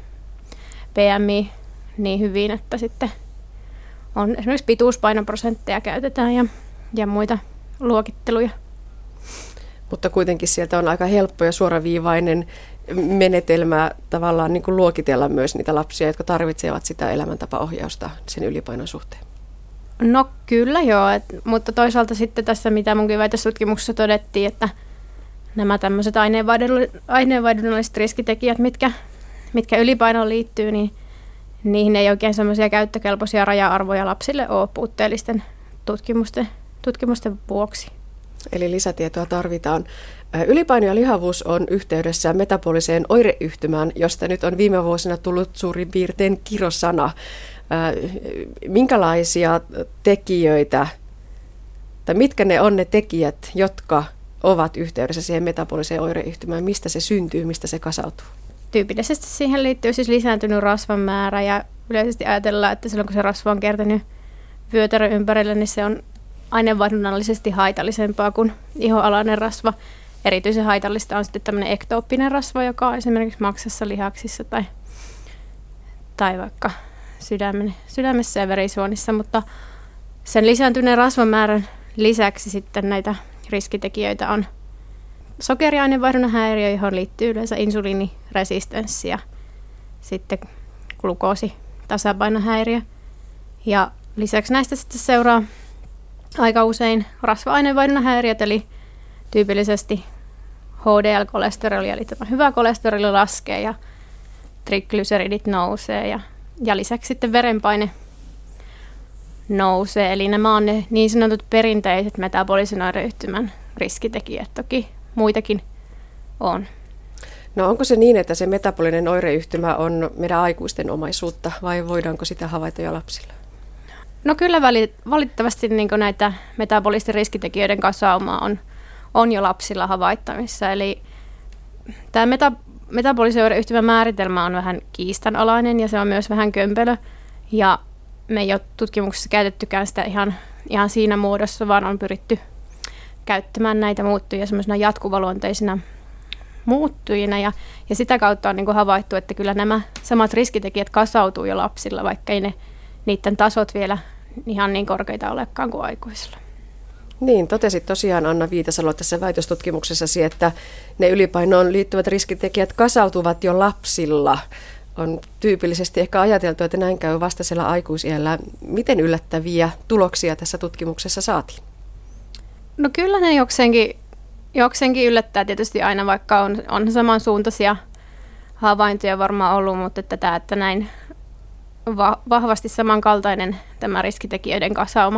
BMI niin hyvin, että sitten on esimerkiksi pituuspainoprosentteja käytetään ja muita luokitteluja. Mutta kuitenkin sieltä on aika helppo ja suoraviivainen menetelmä tavallaan niin kuin luokitella myös niitä lapsia, jotka tarvitsevat sitä elämäntapaohjausta sen ylipainon suhteen. No kyllä joo, mutta toisaalta sitten tässä, mitä munkin väitöstutkimuksessa todettiin, että nämä tämmöiset aineenvaihdunnalliset riskitekijät, mitkä ylipainoon liittyy, niin niihin ei oikein semmoisia käyttökelpoisia raja-arvoja lapsille ole puutteellisten tutkimusten vuoksi. Eli lisätietoa tarvitaan. Ylipaino ja lihavuus on yhteydessä metaboliseen oireyhtymään, josta nyt on viime vuosina tullut suurin piirtein kirosana. Minkälaisia tekijöitä, tai mitkä ne on ne tekijät, jotka ovat yhteydessä siihen metaboliseen oireyhtymään? Mistä se syntyy, mistä se kasautuu? Tyypillisesti siihen liittyy siis lisääntynyt rasvan määrä ja yleisesti ajatellaan, että silloin kun se rasva on kertynyt vyötärön ympärille, niin se on aineenvaihdunnallisesti haitallisempaa kuin ihoalainen rasva. Erityisen haitallista on sitten tämmöinen ektooppinen rasva, joka on esimerkiksi maksassa, lihaksissa tai vaikka sydämessä ja verisuonissa, mutta sen lisääntyneen rasvan määrän lisäksi sitten näitä riskitekijöitä on sokeriaineenvaihdunnan häiriö, johon liittyy yleensä insuliiniresistenssi ja sitten glukoositasapainohäiriö. Ja lisäksi näistä sitten seuraa aika usein rasva-aineenvaihdunnan häiriöt, eli tyypillisesti HDL-kolesteroli, eli tämä hyvä kolesteroli laskee ja triglyceridit nousee ja lisäksi sitten verenpaine nousee. Eli nämä on ne niin sanotut perinteiset metabolisen oireyhtymän riskitekijät. Toki muitakin on. No onko se niin, että se metabolinen oireyhtymä on meidän aikuisten omaisuutta vai voidaanko sitä havaita jo lapsilla? No kyllä valitettavasti niin näitä metabolisten riskitekijöiden kasauma on jo lapsilla havaittavissa. Eli tämä metabolisen oireyhtymän määritelmä on vähän kiistanalainen ja se on myös vähän kömpelö. Ja me ei ole tutkimuksessa käytettykään sitä ihan siinä muodossa, vaan on pyritty käyttämään näitä muuttujia semmoisena jatkuvaluonteisina muuttujina. Ja sitä kautta on niin kuin havaittu, että kyllä nämä samat riskitekijät kasautuu jo lapsilla, vaikka ei niiden tasot vielä ihan niin korkeita olekaan kuin aikuisilla. Niin, totesit tosiaan Anna Viitasalo tässä väitöstutkimuksessasi, että ne ylipainoon liittyvät riskitekijät kasautuvat jo lapsilla. On tyypillisesti ehkä ajateltu, että näin käy vasta siellä aikuisiällä. Miten yllättäviä tuloksia tässä tutkimuksessa saatiin? No kyllä ne jokseenkin yllättää tietysti aina, vaikka on samansuuntaisia havaintoja varmaan ollut, mutta että näin vahvasti samankaltainen tämä riskitekijöiden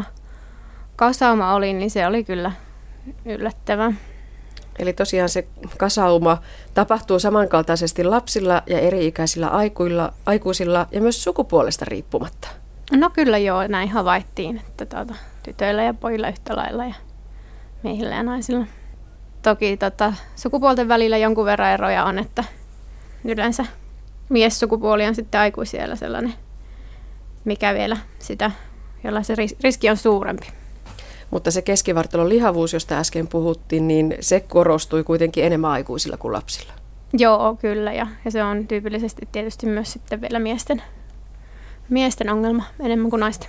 kasauma oli, niin se oli kyllä yllättävää. Eli tosiaan se kasauma tapahtuu samankaltaisesti lapsilla ja eri-ikäisillä aikuisilla ja myös sukupuolesta riippumatta. No kyllä joo, näin havaittiin, että tytöillä ja pojilla yhtä lailla ja miehillä ja naisilla. Toki sukupuolten välillä jonkun verran eroja on, että yleensä miessukupuoli on sitten aikuisiällä sellainen, mikä vielä sitä, jolla se riski on suurempi. Mutta se keskivartalon lihavuus, josta äsken puhuttiin, niin se korostui kuitenkin enemmän aikuisilla kuin lapsilla. Joo, kyllä. Ja se on tyypillisesti tietysti myös sitten vielä miesten ongelma enemmän kuin naisten.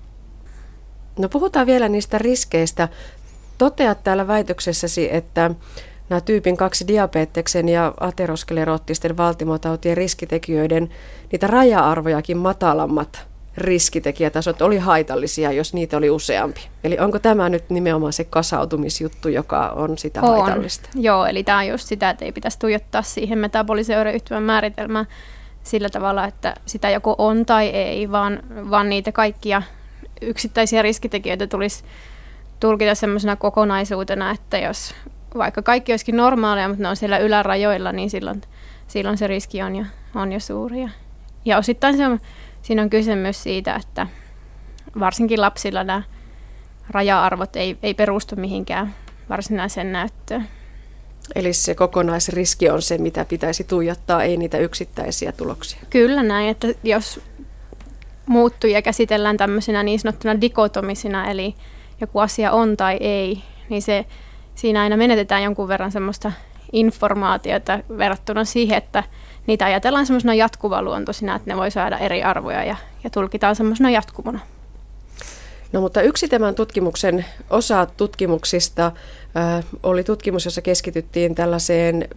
No puhutaan vielä niistä riskeistä. Toteat täällä väitöksessäsi, että nämä tyypin 2 diabeteksen ja ateroskleroottisten valtimotautien riskitekijöiden, niitä raja-arvojakin matalammat riskitekijätasot oli haitallisia, jos niitä oli useampi. Eli onko tämä nyt nimenomaan se kasautumisjuttu, joka on sitä haitallista? Joo, eli tämä on just sitä, että ei pitäisi tuijottaa siihen metabolisen oireyhtymän määritelmään sillä tavalla, että sitä joko on tai ei, vaan niitä kaikkia yksittäisiä riskitekijöitä tulisi tulkita semmoisena kokonaisuutena, että jos vaikka kaikki olisikin normaaleja, mutta ne on siellä ylärajoilla, niin silloin se riski on jo suuri. Ja osittain siinä on kyse myös siitä, että varsinkin lapsilla nämä raja-arvot ei perustu mihinkään varsinaiseen näyttöön. Eli se kokonaisriski on se, mitä pitäisi tuijottaa, ei niitä yksittäisiä tuloksia. Kyllä näin, että jos muuttujia käsitellään tämmöisenä niin sanottuna dikotomisina, eli joku asia on tai ei, niin siinä aina menetetään jonkun verran semmoista informaatiota verrattuna siihen, että niitä ajatellaan semmoisena jatkuvaluontoisina, että ne voi saada eri arvoja ja tulkitaan semmoisena jatkumona. No mutta yksi tämän tutkimuksen osa tutkimuksista oli tutkimus, jossa keskityttiin tällaiseen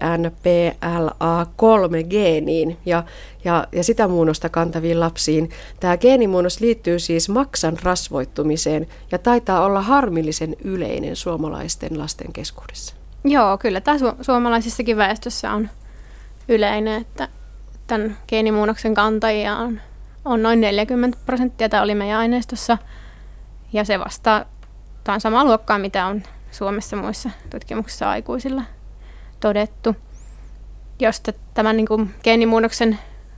PNPLA3-geeniin ja sitä muunnosta kantaviin lapsiin. Tämä geenimuunnos liittyy siis maksan rasvoittumiseen ja taitaa olla harmillisen yleinen suomalaisten lasten keskuudessa. Joo, kyllä tämä suomalaisissakin väestössä on yleinen, että tämän geenimuunnoksen kantajia on noin 40%, tämä oli meidän aineistossa, ja se vastaa, tämä on samaa luokkaa, mitä on Suomessa muissa tutkimuksissa aikuisilla todettu. Jos tämän niin kuin geenimuunnoksen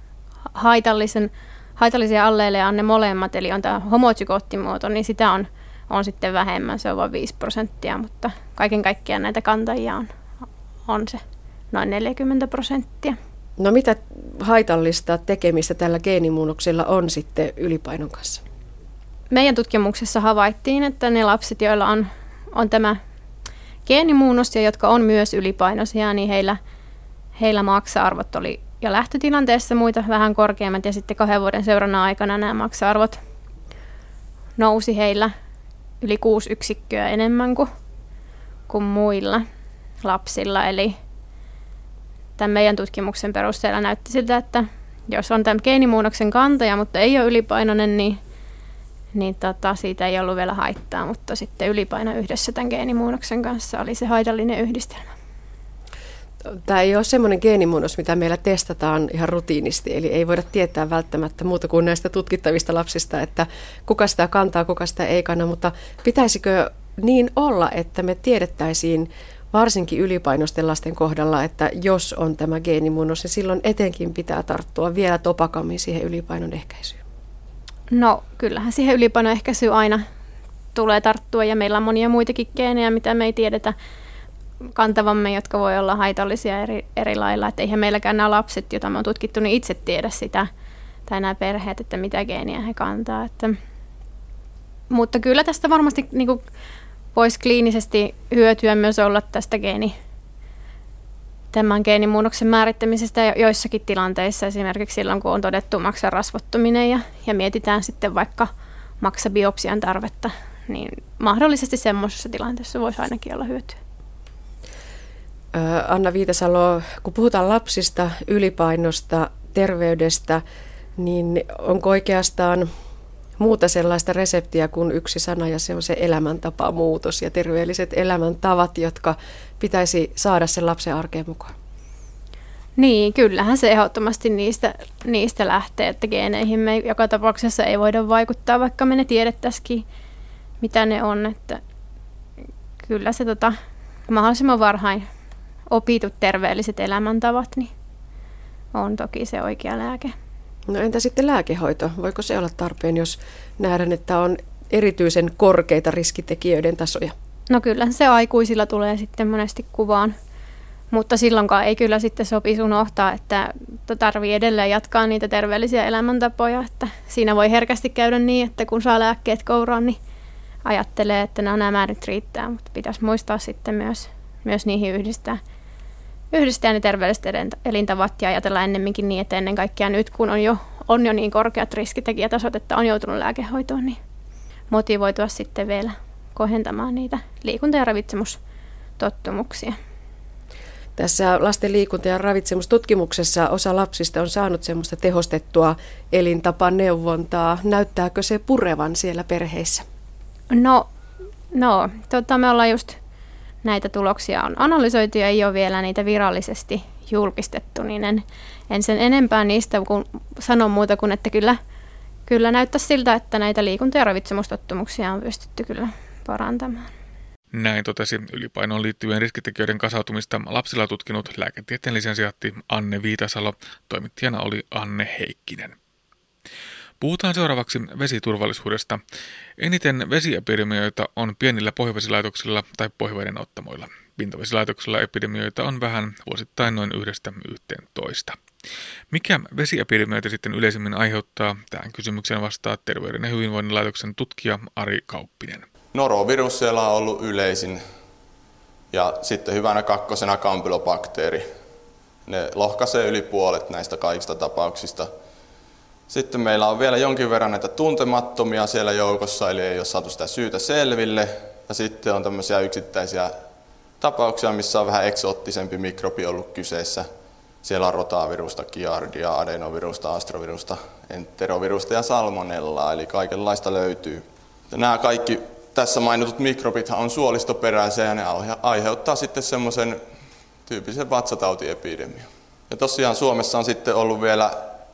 haitallisia alleeleja on ne molemmat, eli on tämä homozygoottmuoto, niin sitä on sitten vähemmän, se on vain 5%, mutta kaiken kaikkiaan näitä kantajia on se noin 40%. No mitä haitallista tekemistä tällä geenimuunnoksella on sitten ylipainon kanssa? Meidän tutkimuksessa havaittiin, että ne lapset, joilla on tämä geenimuunnos ja jotka on myös ylipainoisia, niin heillä maksa-arvot oli jo lähtötilanteessa muita vähän korkeammat ja sitten 2 vuoden seurannan aikana nämä maksa-arvot nousi heillä yli 6 yksikköä enemmän kuin muilla lapsilla. Eli tämän meidän tutkimuksen perusteella näytti siltä, että jos on tämän geenimuunnoksen kantaja, mutta ei ole ylipainoinen, niin siitä ei ollut vielä haittaa, mutta sitten ylipaino yhdessä tämän geenimuunnoksen kanssa oli se haitallinen yhdistelmä. Tämä ei ole semmoinen geenimuunnos, mitä meillä testataan ihan rutiinisti, eli ei voida tietää välttämättä muuta kuin näistä tutkittavista lapsista, että kuka sitä kantaa, kuka sitä ei kanna, mutta pitäisikö niin olla, että me tiedettäisiin varsinkin ylipainoisten lasten kohdalla, että jos on tämä geenimuunnos, niin silloin etenkin pitää tarttua vielä topakammin siihen ylipainon ehkäisyyn? No kyllähän siihen ylipainon ehkäisyyn aina tulee tarttua ja meillä on monia muitakin geenejä, mitä me ei tiedetä kantavamme, jotka voi olla haitallisia eri lailla. Että eihän meilläkään nämä lapset, joita me on tutkittu, niin itse tiedä sitä, tai nämä perheet, että mitä geeniä he kantaa. Mutta kyllä tästä varmasti niin kuin voisi kliinisesti hyötyä myös olla tästä tämän geenimuunnoksen määrittämisestä joissakin tilanteissa, esimerkiksi silloin, kun on todettu maksan rasvottuminen ja mietitään sitten vaikka maksabiopsian tarvetta, niin mahdollisesti semmoisessa tilanteessa voisi ainakin olla hyötyä. Anna Viitasalo, kun puhutaan lapsista, ylipainosta, terveydestä, niin onko oikeastaan muuta sellaista reseptiä kuin yksi sana, ja se on se elämäntapamuutos ja terveelliset elämäntavat, jotka pitäisi saada sen lapsen arkeen mukaan? Niin, kyllähän se ehdottomasti niistä lähtee, että geeneihin me joka tapauksessa ei voida vaikuttaa, vaikka me ne tiedettäisikin, mitä ne on. Että kyllä se mahdollisimman varhain opitut terveelliset elämäntavat niin on toki se oikea lääke. No entä sitten lääkehoito? Voiko se olla tarpeen, jos nähdään, että on erityisen korkeita riskitekijöiden tasoja? No kyllähän se aikuisilla tulee sitten monesti kuvaan, mutta silloinkaan ei kyllä sitten sopisi unohtaa, että tarvii edelleen jatkaa niitä terveellisiä elämäntapoja. Että siinä voi herkästi käydä niin, että kun saa lääkkeet kouraan, niin ajattelee, että nämä nyt riittää, mutta pitäisi muistaa sitten myös niihin yhdistää ne terveelliset elintavat ja ajatella ennemminkin niin, että ennen kaikkea nyt, kun on jo niin korkeat riskitekijätasot, että on joutunut lääkehoitoon, niin motivoitua sitten vielä kohentamaan niitä liikunta- ja ravitsemustottumuksia. Tässä lasten liikunta- ja ravitsemustutkimuksessa osa lapsista on saanut semmoista tehostettua elintapaneuvontaa. Näyttääkö se purevan siellä perheissä? No, me ollaan just näitä tuloksia on analysoitu ja ei ole vielä niitä virallisesti julkistettu, niin en sen enempää niistä sano muuta kuin, että kyllä näyttää siltä, että näitä liikunta- ja ravitsemustottumuksia on pystytty kyllä parantamaan. Näin totesi ylipainoon liittyvien riskitekijöiden kasautumista lapsilla tutkinut lääketieteen lisensiaatti Anne Viitasalo. Toimittajana oli Anne Heikkinen. Puhutaan seuraavaksi vesiturvallisuudesta. Eniten vesiepidemioita on pienillä pohjavesilaitoksilla tai pohjaveden ottamoilla. Pintavesilaitoksilla epidemioita on vähän, vuosittain noin 1–11. Mikä vesiepidemioita sitten yleisimmin aiheuttaa? Tähän kysymykseen vastaa Terveyden ja hyvinvoinnin laitoksen tutkija Ari Kauppinen. Norovirus siellä on ollut yleisin ja sitten hyvänä kakkosena kampylobakteeri. Ne lohkaisee yli puolet näistä kaikista tapauksista. Sitten meillä on vielä jonkin verran näitä tuntemattomia siellä joukossa, eli ei ole saatu sitä syytä selville. Ja sitten on tämmöisiä yksittäisiä tapauksia, missä on vähän eksoottisempi mikrobi ollut kyseessä. Siellä on rotavirusta, giardia, adenovirusta, astrovirusta, enterovirusta ja salmonellaa, eli kaikenlaista löytyy. Ja nämä kaikki tässä mainitut mikrobithan on suolistoperäisiä ja ne aiheuttaa sitten semmoisen tyyppisen vatsatautiepidemian. Ja tosiaan Suomessa on sitten ollut vielä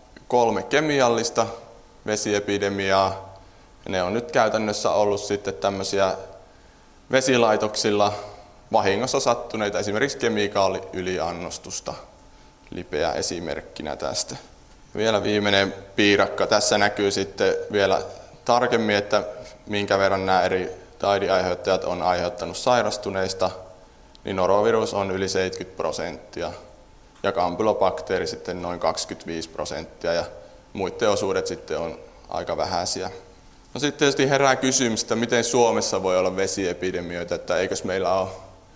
3 kemiallista vesiepidemiaa. Ja ne on nyt käytännössä ollut sitten tämmöisiä vesilaitoksilla vahingossa sattuneita, esimerkiksi kemikaaliyliannostusta, lipeä esimerkkinä tästä. Vielä viimeinen piirakka. Tässä näkyy sitten vielä tarkemmin, että minkä verran nämä eri taudiaiheuttajat on aiheuttanut sairastuneista. Niin norovirus on yli 70% ja kampylobakteeri sitten noin 25% ja muiden osuudet sitten on aika vähäisiä. No sitten tietysti herää kysymys, että miten Suomessa voi olla vesiepidemioita, että eikös meillä ole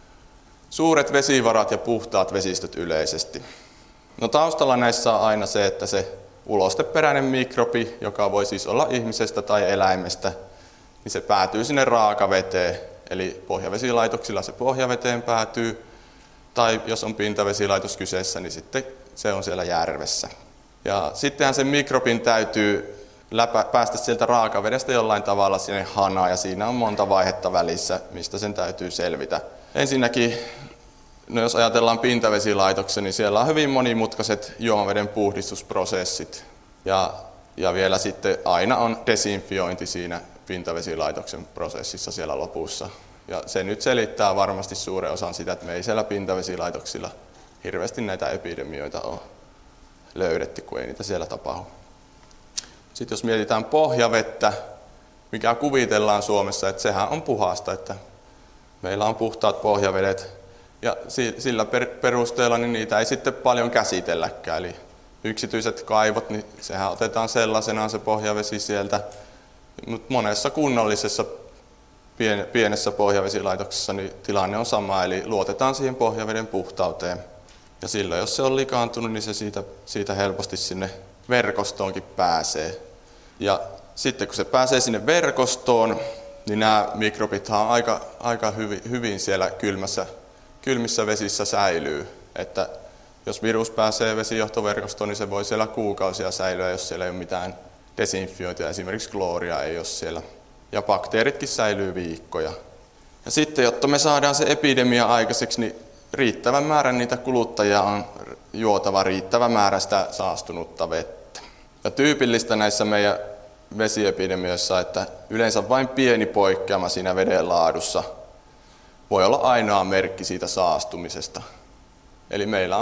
suuret vesivarat ja puhtaat vesistöt yleisesti. No taustalla näissä on aina se, että se ulosteperäinen mikrobi, joka voi siis olla ihmisestä tai eläimestä, niin se päätyy sinne raakaveteen. Eli pohjavesilaitoksilla se pohjaveteen päätyy, tai jos on pintavesilaitos kyseessä, niin sitten se on siellä järvessä. Ja sittenhän sen mikrobin täytyy päästä sieltä raakavedestä jollain tavalla sinne hanaan, ja siinä on monta vaihetta välissä, mistä sen täytyy selvitä. Ensinnäkin, no jos ajatellaan pintavesilaitoksen, niin siellä on hyvin monimutkaiset juomaveden puhdistusprosessit. Ja vielä sitten aina on desinfiointi siinä pintavesilaitoksen prosessissa siellä lopussa. Ja se nyt selittää varmasti suuren osan sitä, että me ei siellä pintavesilaitoksilla hirveästi näitä epidemioita ole löydetty, kun ei niitä siellä tapahdu. Sitten jos mietitään pohjavettä, mikä kuvitellaan Suomessa, että sehän on puhasta, että meillä on puhtaat pohjavedet ja sillä perusteella niin niitä ei sitten paljon käsitelläkään. Eli yksityiset kaivot, niin sehän otetaan sellaisenaan se pohjavesi sieltä. Mutta monessa kunnallisessa pienessä pohjavesilaitoksessa niin tilanne on sama, eli luotetaan siihen pohjaveden puhtauteen. Ja silloin, jos se on likaantunut, niin se siitä helposti sinne verkostoonkin pääsee. Ja sitten kun se pääsee sinne verkostoon, niin nämä mikrobithan on aika hyvin siellä kylmissä vesissä säilyy. Että jos virus pääsee vesijohtoverkostoon, niin se voi siellä kuukausia säilyä, jos siellä ei ole mitään desinfiointia, esimerkiksi klooria ei ole siellä. Ja bakteeritkin säilyy viikkoja. Ja sitten, jotta me saadaan se epidemia aikaiseksi, niin riittävän määrän niitä kuluttajia on juotava riittävä määrä sitä saastunutta vettä. Ja tyypillistä näissä meidän vesiepidemioissa, että yleensä vain pieni poikkeama siinä veden laadussa voi olla ainoa merkki siitä saastumisesta. Eli meillä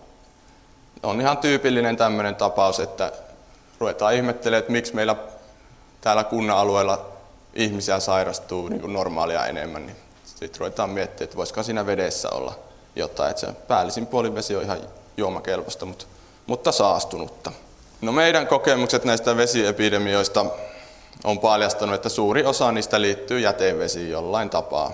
on ihan tyypillinen tämmöinen tapaus, että ruvetaan ihmettelemään, että miksi meillä täällä kunnan alueella ihmisiä sairastuu niin kuin normaalia enemmän. Niin sitten ruvetaan miettimään, että voisiko siinä vedessä olla jotain. Että se päällisin puolin vesi on ihan juomakelpoista, mutta saastunutta. No meidän kokemukset näistä vesiepidemioista on paljastanut, että suuri osa niistä liittyy jätevesiin jollain tapaa.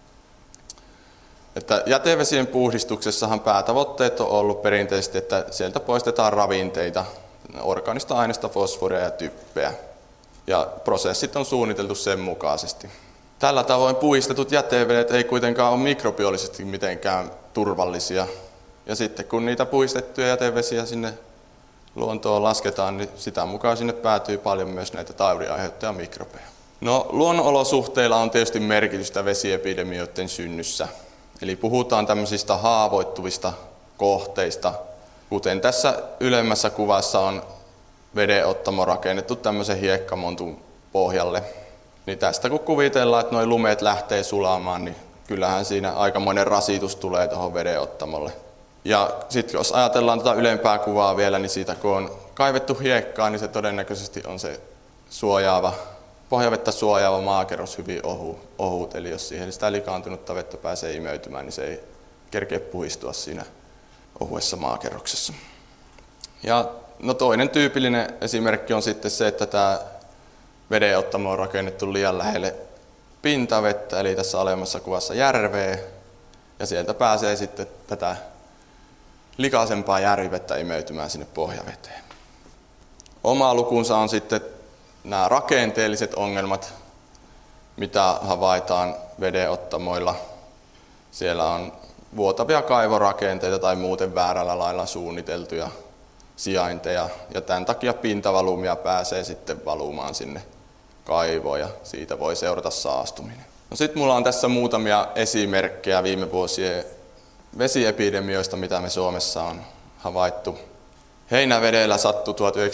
Että jätevesien puhdistuksessahan päätavoitteet on ollut perinteisesti, että sieltä poistetaan ravinteita, orgaanista aineista, fosforia ja typpeä. Ja prosessit on suunniteltu sen mukaisesti. Tällä tavoin puhdistetut jätevedet ei kuitenkaan ole mikrobiolisesti mitenkään turvallisia. Ja sitten kun niitä puhdistettuja jätevesiä sinne luontoon lasketaan, niin sitä mukaan sinne päätyy paljon myös näitä taudin aiheuttajia mikrobeja. No, luonnonolosuhteilla on tietysti merkitystä vesiepidemioiden synnyssä. Eli puhutaan tämmöisistä haavoittuvista kohteista, kuten tässä ylemmässä kuvassa on vedenottamo rakennettu tämmöisen hiekkamontun pohjalle. Niin tästä kun kuvitellaan, että nuo lumet lähtee sulamaan, niin kyllähän siinä aikamoinen rasitus tulee tuohon vedenottamolle. Ja sitten jos ajatellaan tätä ylempää kuvaa vielä, niin siitä kun on kaivettu hiekkaa, niin se todennäköisesti on se pohjavettä suojaava maakerros hyvin ohut. Eli jos siihen sitä likaantunutta vettä pääsee imeytymään, niin se ei kerkeä puhistua siinä ohuessa maakerroksessa. Ja no toinen tyypillinen esimerkki on sitten se, että tämä vedenottamo on rakennettu liian lähelle pintavettä, eli tässä alemmassa kuvassa järveä, ja sieltä pääsee sitten tätä likaisempaa järvivettä imeytymään sinne pohjaveteen. Oma lukunsa on sitten nämä rakenteelliset ongelmat, mitä havaitaan vedenottamoilla. Siellä on vuotavia kaivorakenteita tai muuten väärällä lailla suunniteltuja sijainteja, ja tämän takia pintavalumia pääsee sitten valumaan sinne kaivoon, ja siitä voi seurata saastuminen. No sitten mulla on tässä muutamia esimerkkejä viime vuosien vesiepidemioista, mitä me Suomessa on havaittu. Heinävedellä sattui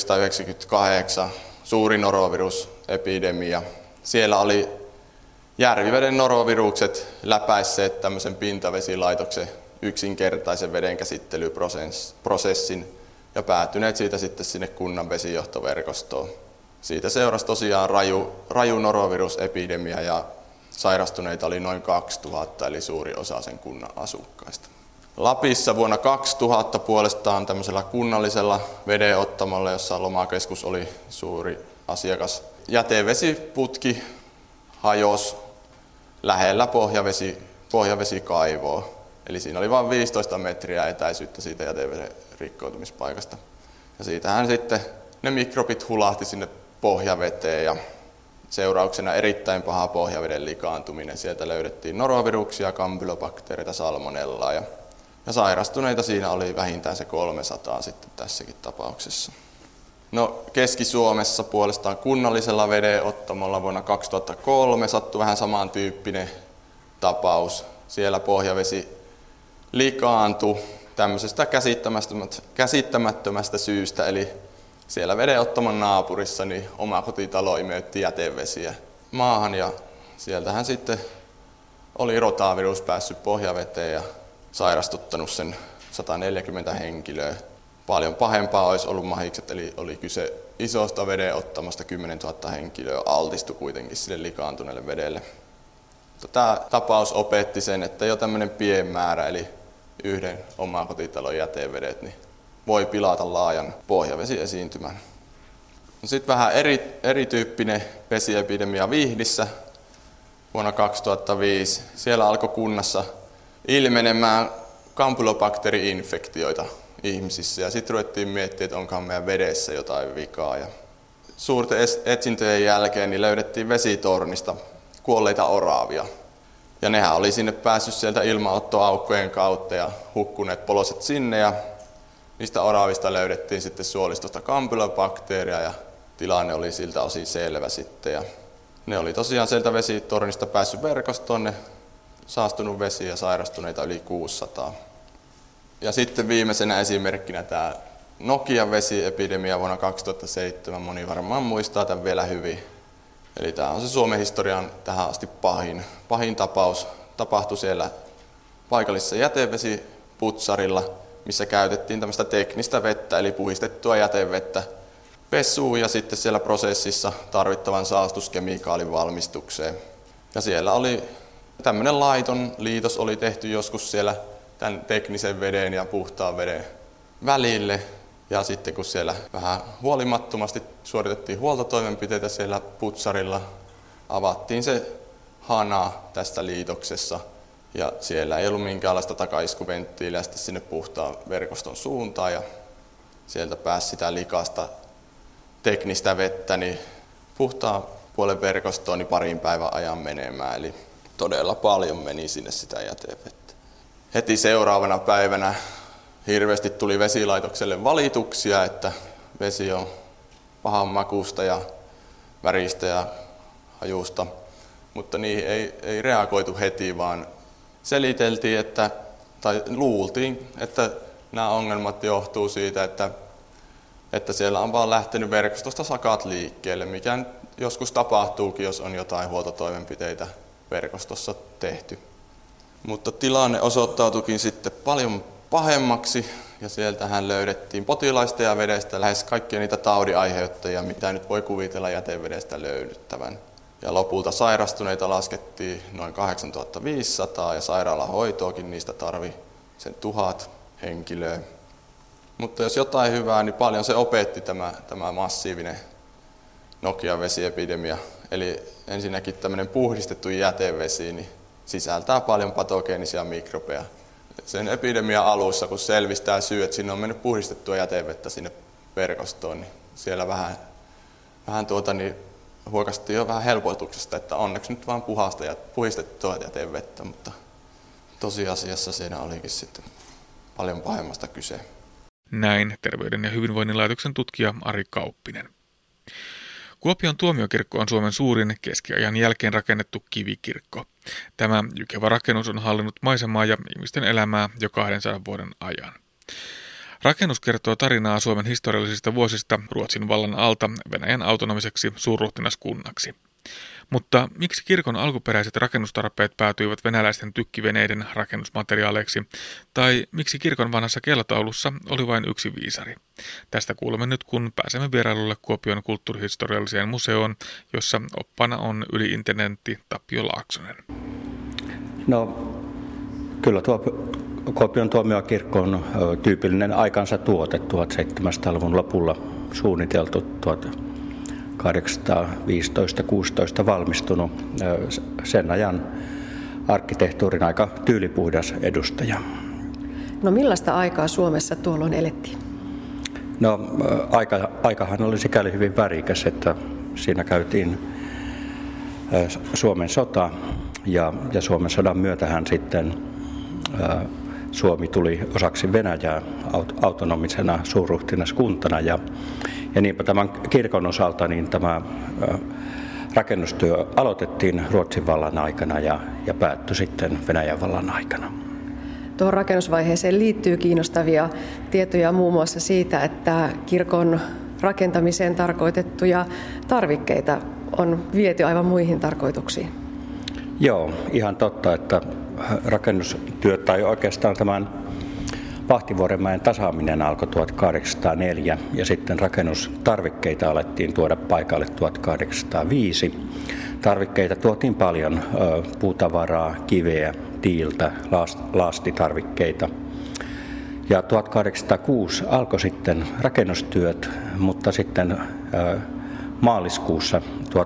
1998 suuri norovirusepidemia. Siellä oli järviveden norovirukset läpäisseet tämmöisen pintavesilaitoksen yksinkertaisen vedenkäsittelyprosessin ja päätyneet siitä sitten sinne kunnan vesijohtoverkostoon. Siitä seurasi tosiaan raju norovirusepidemia ja sairastuneita oli noin 2000, eli suuri osa sen kunnan asukkaista. Lapissa vuonna 2000 puolestaan tämmöisellä kunnallisella vedenottamolla, jossa Lomakeskus oli suuri asiakas, jätevesiputki hajosi lähellä pohjavesikaivoa. Eli siinä oli vain 15 metriä etäisyyttä siitä jäteveden rikkoutumispaikasta. Ja siitähän sitten ne mikrobit hulahti sinne pohjaveteen ja seurauksena erittäin paha pohjaveden likaantuminen. Sieltä löydettiin noroviruksia, kampylobakteereita, salmonellaa ja sairastuneita siinä oli vähintään se 300 sitten tässäkin tapauksessa. No Keski-Suomessa puolestaan kunnallisella vedenottamolla vuonna 2003 sattui vähän samantyyppinen tapaus. Siellä pohjavesi likaantui tämmöisestä käsittämättömästä syystä, eli siellä vedenottamon naapurissa niin omakotitalo imeytti jätevesiä maahan ja sieltähän sitten oli rotavirus päässyt pohjaveteen ja sairastuttanut sen 140 henkilöä. Paljon pahempaa olisi ollut mahikset, eli oli kyse isosta vedenottamasta, 10 000 henkilöä altistui kuitenkin sille likaantuneelle vedelle. Tämä tapaus opetti sen, että jo tämmöinen pieni määrä, eli yhden omakotitalon jätevedet, niin voi pilata laajan pohjavesiesiintymän. Sitten vähän erityyppinen vesiepidemia Vihdissä vuonna 2005. Siellä alkoi kunnassa ilmenemään kampylobakteeri-infektioita ihmisissä ja sitten ruvettiin miettimään, että onkohan meidän vedessä jotain vikaa. Ja suurten etsintöjen jälkeen niin löydettiin vesitornista kuolleita oraavia. Ja nehän oli sinne päässyt sieltä ilmanottoaukkojen kautta ja hukkuneet poloset sinne ja niistä oraavista löydettiin sitten suolistosta kampylobakteeria ja tilanne oli siltä osin selvä sitten. Ja ne oli tosiaan sieltä vesitornista päässyt verkostoon, ne saastunut vesi ja sairastuneita yli 600. Ja sitten viimeisenä esimerkkinä tämä Nokian vesiepidemia vuonna 2007. Moni varmaan muistaa tämän vielä hyvin. Eli tämä on se Suomen historian tähän asti pahin tapaus. Tapahtui siellä paikallisessa jätevesiputsarilla, missä käytettiin tämmöistä teknistä vettä, eli puhistettua jätevettä pesuun ja sitten siellä prosessissa tarvittavan saastuskemikaalin valmistukseen. Ja siellä oli tämmöinen laiton liitos oli tehty joskus siellä tämän teknisen veden ja puhtaan veden välille. Ja sitten kun siellä vähän huolimattomasti suoritettiin huoltotoimenpiteitä siellä putsarilla, avattiin se hana tästä liitoksessa. Ja siellä ei ollut minkäänlaista takaiskuventtiiliä sitten sinne puhtaan verkoston suuntaan. Ja sieltä pääsi sitä likasta teknistä vettä niin puhtaan puolen verkostoon niin parin päivän ajan menemään. Eli todella paljon meni sinne sitä jätevettä. Heti seuraavana päivänä hirveästi tuli vesilaitokselle valituksia, että vesi on pahan makusta ja väristä ja hajusta, mutta niihin ei reagoitu heti, vaan seliteltiin, tai luultiin, että nämä ongelmat johtuu siitä, että siellä on vaan lähtenyt verkostosta sakat liikkeelle, mikä joskus tapahtuukin, jos on jotain huoltotoimenpiteitä verkostossa tehty. Mutta tilanne osoittautuikin sitten paljon pahemmaksi ja sieltähän löydettiin potilaista ja vedestä lähes kaikkia niitä taudinaiheuttajia, mitä nyt voi kuvitella jätevedestä löydyttävän. Ja lopulta sairastuneita laskettiin noin 8500 ja sairaalahoitoakin niistä tarvi sen 1000 henkilöä. Mutta jos jotain hyvää, niin paljon se opetti tämä massiivinen Nokian vesiepidemia, Eli ensinnäkin tämmöinen puhdistettu jätevesi niin sisältää paljon patogeenisia mikrobeja. Sen epidemian alussa, kun selvistää syy, että sinne on mennyt puhdistettua jätevettä sinne verkostoon, niin siellä vähän huokastiin jo vähän helpotuksesta, että onneksi nyt vaan puhdistettua jätevettä, mutta tosiasiassa siinä olikin sitten paljon pahemmasta kyse. Näin Terveyden ja hyvinvoinnin laitoksen tutkija Ari Kauppinen. Kuopion tuomiokirkko on Suomen suurin keskiajan jälkeen rakennettu kivikirkko. Tämä jykevä rakennus on hallinnut maisemaa ja ihmisten elämää jo 200 vuoden ajan. Rakennus kertoo tarinaa Suomen historiallisista vuosista Ruotsin vallan alta Venäjän autonomiseksi suurruhtinaskunnaksi. Mutta miksi kirkon alkuperäiset rakennustarpeet päätyivät venäläisten tykkiveneiden rakennusmateriaaleiksi, tai miksi kirkon vanhassa kellotaulussa oli vain yksi viisari? Tästä kuulemme nyt, kun pääsemme vierailulle Kuopion kulttuurihistorialliseen museoon, jossa oppana on yli-intendentti Tapio Laaksonen. No, kyllä tuo Kuopion tuomiokirkko on tyypillinen aikansa tuote, 1700-luvun lopulla suunniteltu 1815-16 valmistunut, sen ajan arkkitehtuurin aika tyylipuhdas edustaja. No millaista aikaa Suomessa tuolloin elettiin? No aikahan oli sikäli hyvin värikäs, että siinä käytiin Suomen sota ja Suomen sodan myötähän sitten Suomi tuli osaksi Venäjää autonomisena suurruhtinaskuntana ja niinpä tämän kirkon osalta niin tämä rakennustyö aloitettiin Ruotsin vallan aikana ja päättyi sitten Venäjän vallan aikana. Tuohon rakennusvaiheeseen liittyy kiinnostavia tietoja muun muassa siitä, että kirkon rakentamiseen tarkoitettuja tarvikkeita on viety aivan muihin tarkoituksiin. Joo, ihan totta, että rakennustyöt tai oikeastaan tämän Vahtivuorenmäen tasaaminen alkoi 1804 ja sitten rakennustarvikkeita alettiin tuoda paikalle 1805. Tarvikkeita tuotiin paljon, puutavaraa, kiveä, tiiltä, laastitarvikkeita. Ja 1806 alkoi sitten rakennustyöt, mutta sitten maaliskuussa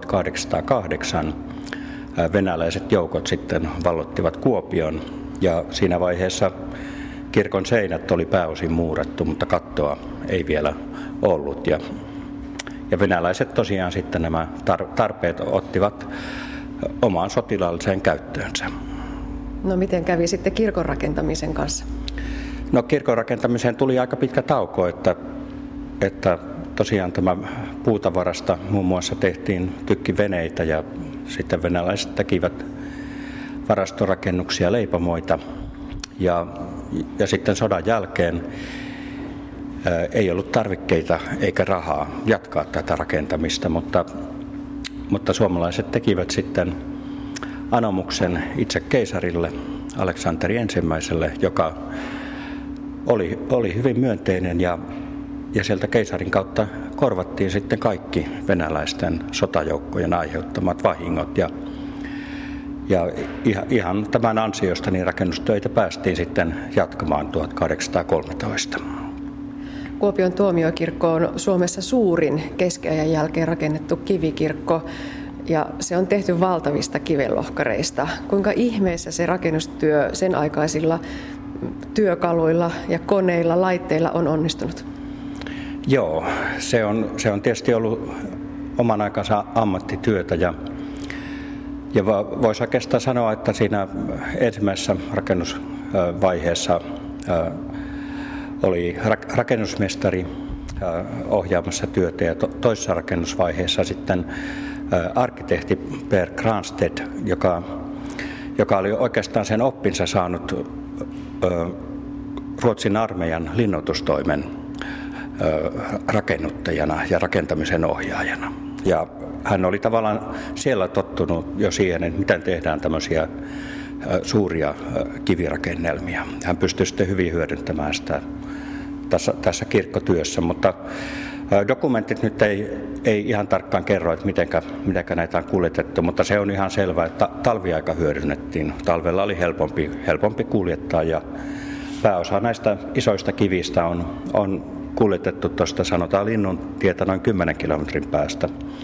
1808 venäläiset joukot sitten vallottivat Kuopion ja siinä vaiheessa kirkon seinät oli pääosin muurattu, mutta kattoa ei vielä ollut. Ja venäläiset tosiaan sitten nämä tarpeet ottivat omaan sotilaalliseen käyttöönsä. No miten kävi sitten kirkon rakentamisen kanssa? No kirkon rakentamiseen tuli aika pitkä tauko, että tosiaan tämä puutavarasta muun muassa tehtiin tykkiveneitä ja sitten venäläiset tekivät varastorakennuksia, leipomoita ja sitten sodan jälkeen ei ollut tarvikkeita eikä rahaa jatkaa tätä rakentamista, mutta suomalaiset tekivät sitten anomuksen itse keisarille Aleksanteri I, joka oli hyvin myönteinen ja sieltä keisarin kautta korvattiin sitten kaikki venäläisten sotajoukkojen aiheuttamat vahingot ja ihan tämän ansiosta niin rakennustöitä päästiin sitten jatkamaan 1813. Kuopion tuomiokirkko on Suomessa suurin keskiajan jälkeen rakennettu kivikirkko ja se on tehty valtavista kivenlohkareista. Kuinka ihmeessä se rakennustyö sen aikaisilla työkaluilla ja koneilla, laitteilla on onnistunut? Joo, se on tietysti ollut oman aikansa ammattityötä ja voisi oikeastaan sanoa, että siinä ensimmäisessä rakennusvaiheessa oli rakennusmestari ohjaamassa työtä ja toisessa rakennusvaiheessa sitten arkkitehti Per Granstedt, joka oli oikeastaan sen oppinsa saanut Ruotsin armeijan linnoitustoimen rakennuttajana ja rakentamisen ohjaajana. Ja hän oli tavallaan siellä tottunut jo siihen, että miten tehdään tämmöisiä suuria kivirakennelmia. Hän pystyi sitten hyvin hyödyntämään sitä tässä kirkkotyössä, mutta dokumentit nyt ei ihan tarkkaan kerro, että mitenkä näitä on kuljetettu, mutta se on ihan selvää, että talviaika hyödynnettiin. Talvella oli helpompi kuljettaa ja pääosa näistä isoista kivistä on kuljetettu tuosta sanotaan Linnuntietä noin 10 kilometrin päästä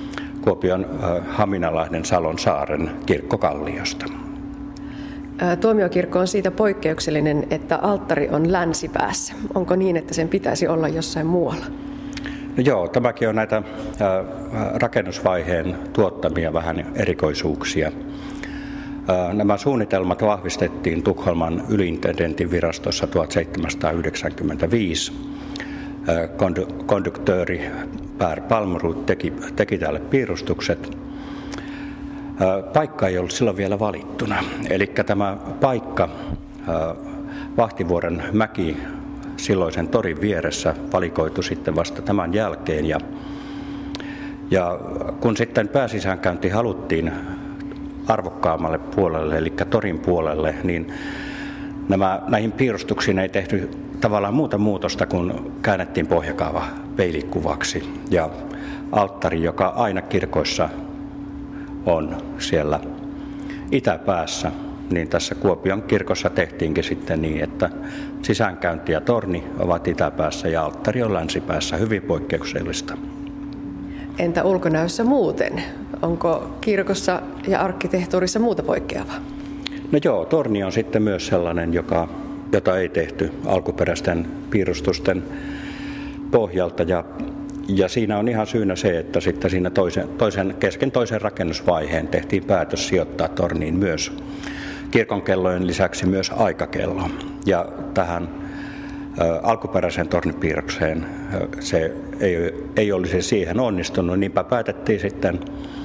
Kuopion Haminalahden Salon saaren kirkkokalliosta. Tuomiokirkko on siitä poikkeuksellinen, että alttari on länsipäässä. Onko niin, että sen pitäisi olla jossain muualla? No joo, tämäkin on näitä rakennusvaiheen tuottamia vähän erikoisuuksia. Nämä suunnitelmat vahvistettiin Tukholman ylintendentin virastossa 1795. Konduktööri Per Palmroth teki tälle piirustukset. Paikka ei ollut silloin vielä valittuna. Eli tämä paikka, Vahtivuoren mäki, silloisen torin vieressä, valikoitu sitten vasta tämän jälkeen. Ja kun sitten pääsisäänkäynti haluttiin arvokkaammalle puolelle, eli torin puolelle, niin näihin piirustuksiin ei tehty tavallaan muuta muutosta, kun käännettiin pohjakaava peilikuvaksi. Ja alttari, joka aina kirkoissa on siellä itäpäässä, niin tässä Kuopion kirkossa tehtiinkin sitten niin, että sisäänkäynti ja torni ovat itäpäässä ja alttari on länsipäässä, hyvin poikkeuksellista. Entä ulkonäössä muuten? Onko kirkossa ja arkkitehtuurissa muuta poikkeavaa? No joo, torni on sitten myös sellainen, jota ei tehty alkuperäisten piirustusten pohjalta. Ja siinä on ihan syynä se, että sitten siinä kesken toisen rakennusvaiheen tehtiin päätös sijoittaa torniin myös kirkonkellojen lisäksi myös aikakello. Ja tähän alkuperäiseen tornipiirrokseen se ei olisi siihen onnistunut, niinpä päätettiin sitten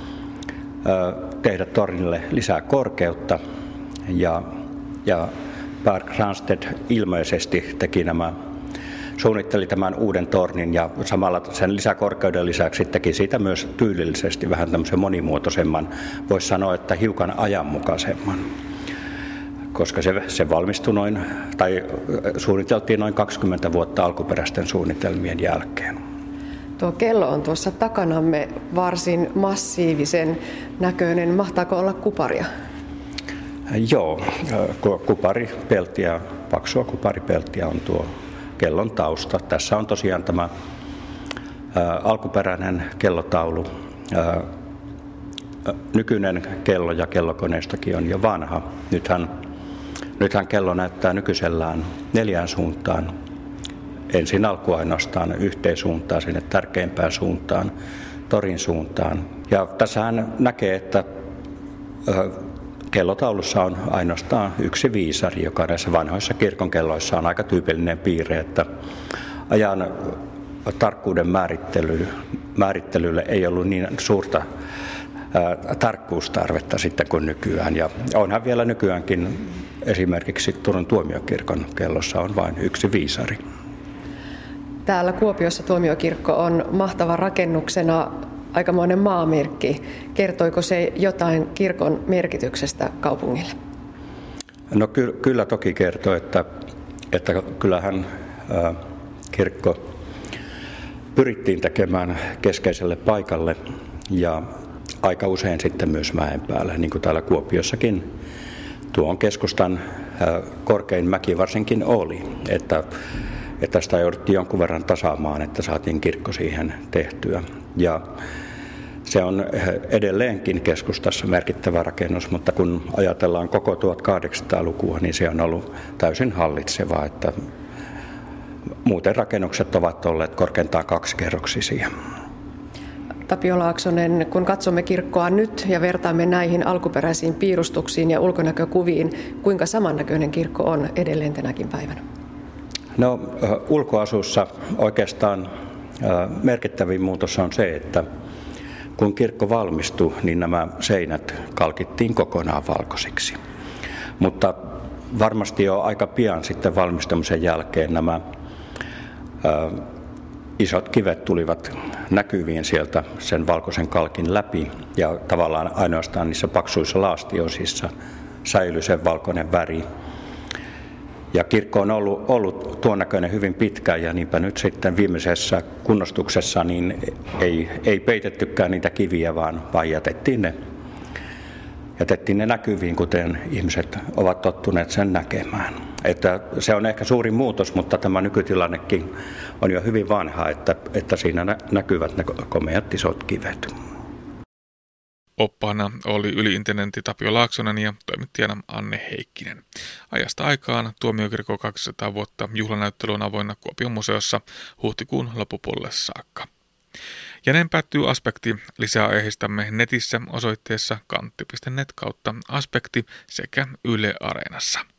tehdä tornille lisää korkeutta. Ja Per Granstedt ilmeisesti suunnitteli tämän uuden tornin ja samalla sen lisäkorkeuden lisäksi teki siitä myös tyylillisesti vähän tämmöisen monimuotoisemman, voisi sanoa, että hiukan ajanmukaisemman, koska se valmistui suunniteltiin noin 20 vuotta alkuperäisten suunnitelmien jälkeen. Tuo kello on tuossa takanamme varsin massiivisen näköinen. Mahtaako olla kuparia? Joo, kuparipeltiä, paksua kuparipeltiä on tuo kellon tausta. Tässä on tosiaan tämä alkuperäinen kellotaulu. Nykyinen kello ja kellokoneistokin on jo vanha. Nythän kello näyttää nykyisellään 4 suuntaan. Ensin alku ainoastaan yhteen suuntaan, sinne tärkeimpään suuntaan, torin suuntaan. Ja tässähän näkee, että kellotaulussa on ainoastaan yksi viisari, joka näissä vanhoissa kirkonkelloissa on aika tyypillinen piirre, että ajan tarkkuuden määrittelylle ei ollut niin suurta tarkkuustarvetta sitten kuin nykyään. Ja onhan vielä nykyäänkin esimerkiksi Turun tuomiokirkon kellossa on vain yksi viisari. Täällä Kuopiossa tuomiokirkko on mahtava rakennuksena, aikamoinen maamerkki. Kertoiko se jotain kirkon merkityksestä kaupungille? No kyllä toki kertoo, että kyllähän kirkko pyrittiin tekemään keskeiselle paikalle ja aika usein sitten myös mäen päälle, niin kuin täällä Kuopiossakin tuon keskustan korkein mäki varsinkin oli, että sitä jouduttiin jonkun verran tasaamaan, että saatiin kirkko siihen tehtyä. Ja se on edelleenkin keskustassa merkittävä rakennus, mutta kun ajatellaan koko 1800-lukua, niin se on ollut täysin hallitseva, että muuten rakennukset ovat olleet korkeintaan 2-kerroksisia. Tapio Laaksonen, kun katsomme kirkkoa nyt ja vertaamme näihin alkuperäisiin piirustuksiin ja ulkonäkökuviin, kuinka samannäköinen kirkko on edelleen tänäkin päivänä? No ulkoasussa oikeastaan merkittävin muutos on se, että kun kirkko valmistui, niin nämä seinät kalkittiin kokonaan valkoisiksi. Mutta varmasti jo aika pian sitten valmistumisen jälkeen nämä isot kivet tulivat näkyviin sieltä sen valkoisen kalkin läpi ja tavallaan ainoastaan niissä paksuissa laastiosissa säilyi sen valkoinen väri. Ja kirkko on ollut tuon näköinen hyvin pitkään ja niinpä nyt sitten viimeisessä kunnostuksessa niin ei peitettykään niitä kiviä, vaan jätettiin ne näkyviin, kuten ihmiset ovat tottuneet sen näkemään. Että se on ehkä suuri muutos, mutta tämä nykytilannekin on jo hyvin vanha, että siinä näkyvät ne komeat isot kivet. Oppaana oli yliintendentti Tapio Laaksonen ja toimittajana Anne Heikkinen. Ajasta aikaan Tuomiokirkon 200 vuotta juhlanäyttely on avoinna Kuopion museossa huhtikuun loppupuolelle saakka. Ja näin päättyy Aspekti. Lisää aiheistamme netissä osoitteessa kantti.net/aspekti sekä Yle Areenassa.